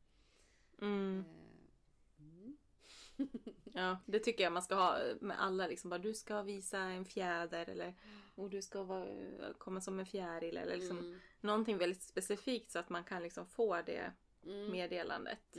Ja, det tycker jag man ska ha med alla liksom. Bara, du ska visa en fjäder eller och du ska komma som en fjäril eller liksom någonting väldigt specifikt så att man kan liksom få det meddelandet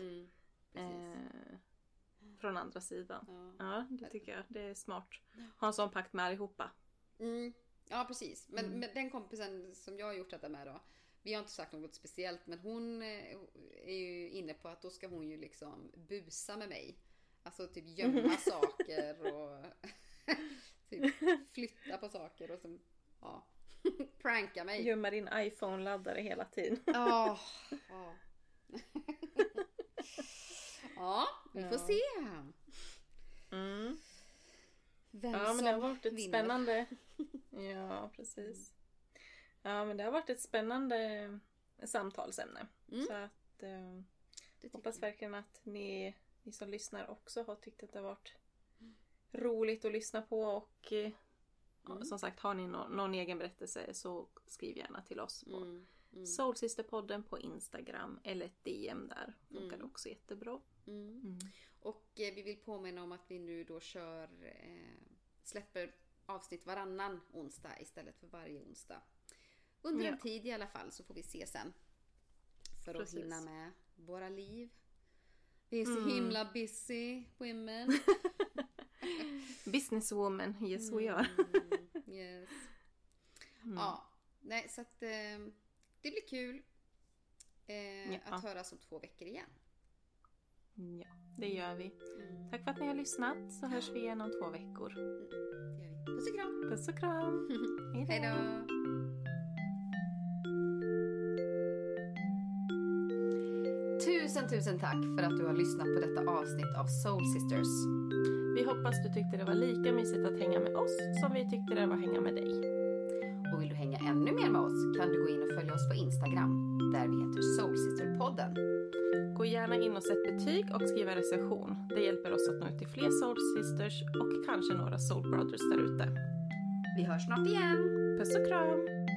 från andra sidan. Ja, det tycker jag. Det är smart. Ha en sån pakt med allihopa. Ja, precis. Men den kompisen som jag har gjort detta med då, vi har inte sagt något speciellt, men hon är ju inne på att då ska hon ju liksom busa med mig. Alltså typ gömma saker och typ flytta på saker och så, pranka mig. Gömma din iPhone-laddare hela tiden. Ja, vi får se. vem men som det har varit ett vinner. spännande... Ja, precis. Ja, men det har varit ett spännande samtalsämne. Så att hoppas verkligen att ni som lyssnar också har tyckt att det har varit roligt att lyssna på. Och som sagt, har ni någon egen berättelse så skriv gärna till oss på Soulsisterpodden på Instagram eller ett DM där. Funkar det också jättebra. Och vi vill påminna om att vi nu då släpper avsnitt varannan onsdag istället för varje onsdag. Under en tid i alla fall, så får vi se sen. För att hinna med våra liv. Vi är så himla busy women. Businesswoman, yes we are. Yes. Ja, nej, så att det blir kul att höras om 2 veckor igen. Ja, det gör vi. Tack för att ni har lyssnat, så hörs vi igen om 2 veckor. Det gör vi. Puss och kram. Puss och kram. Hej då. Tusen tack för att du har lyssnat på detta avsnitt av Soul Sisters. Vi hoppas du tyckte det var lika mysigt att hänga med oss som vi tyckte det var att hänga med dig. Och vill du hänga ännu mer med oss kan du gå in och följa oss på Instagram, där vi heter Soul Sister-podden. Gå gärna in och sätt betyg och skriva recension. Det hjälper oss att nå ut till fler Soul Sisters och kanske några Soul Brothers där ute. Vi hörs snart igen. Puss och kram!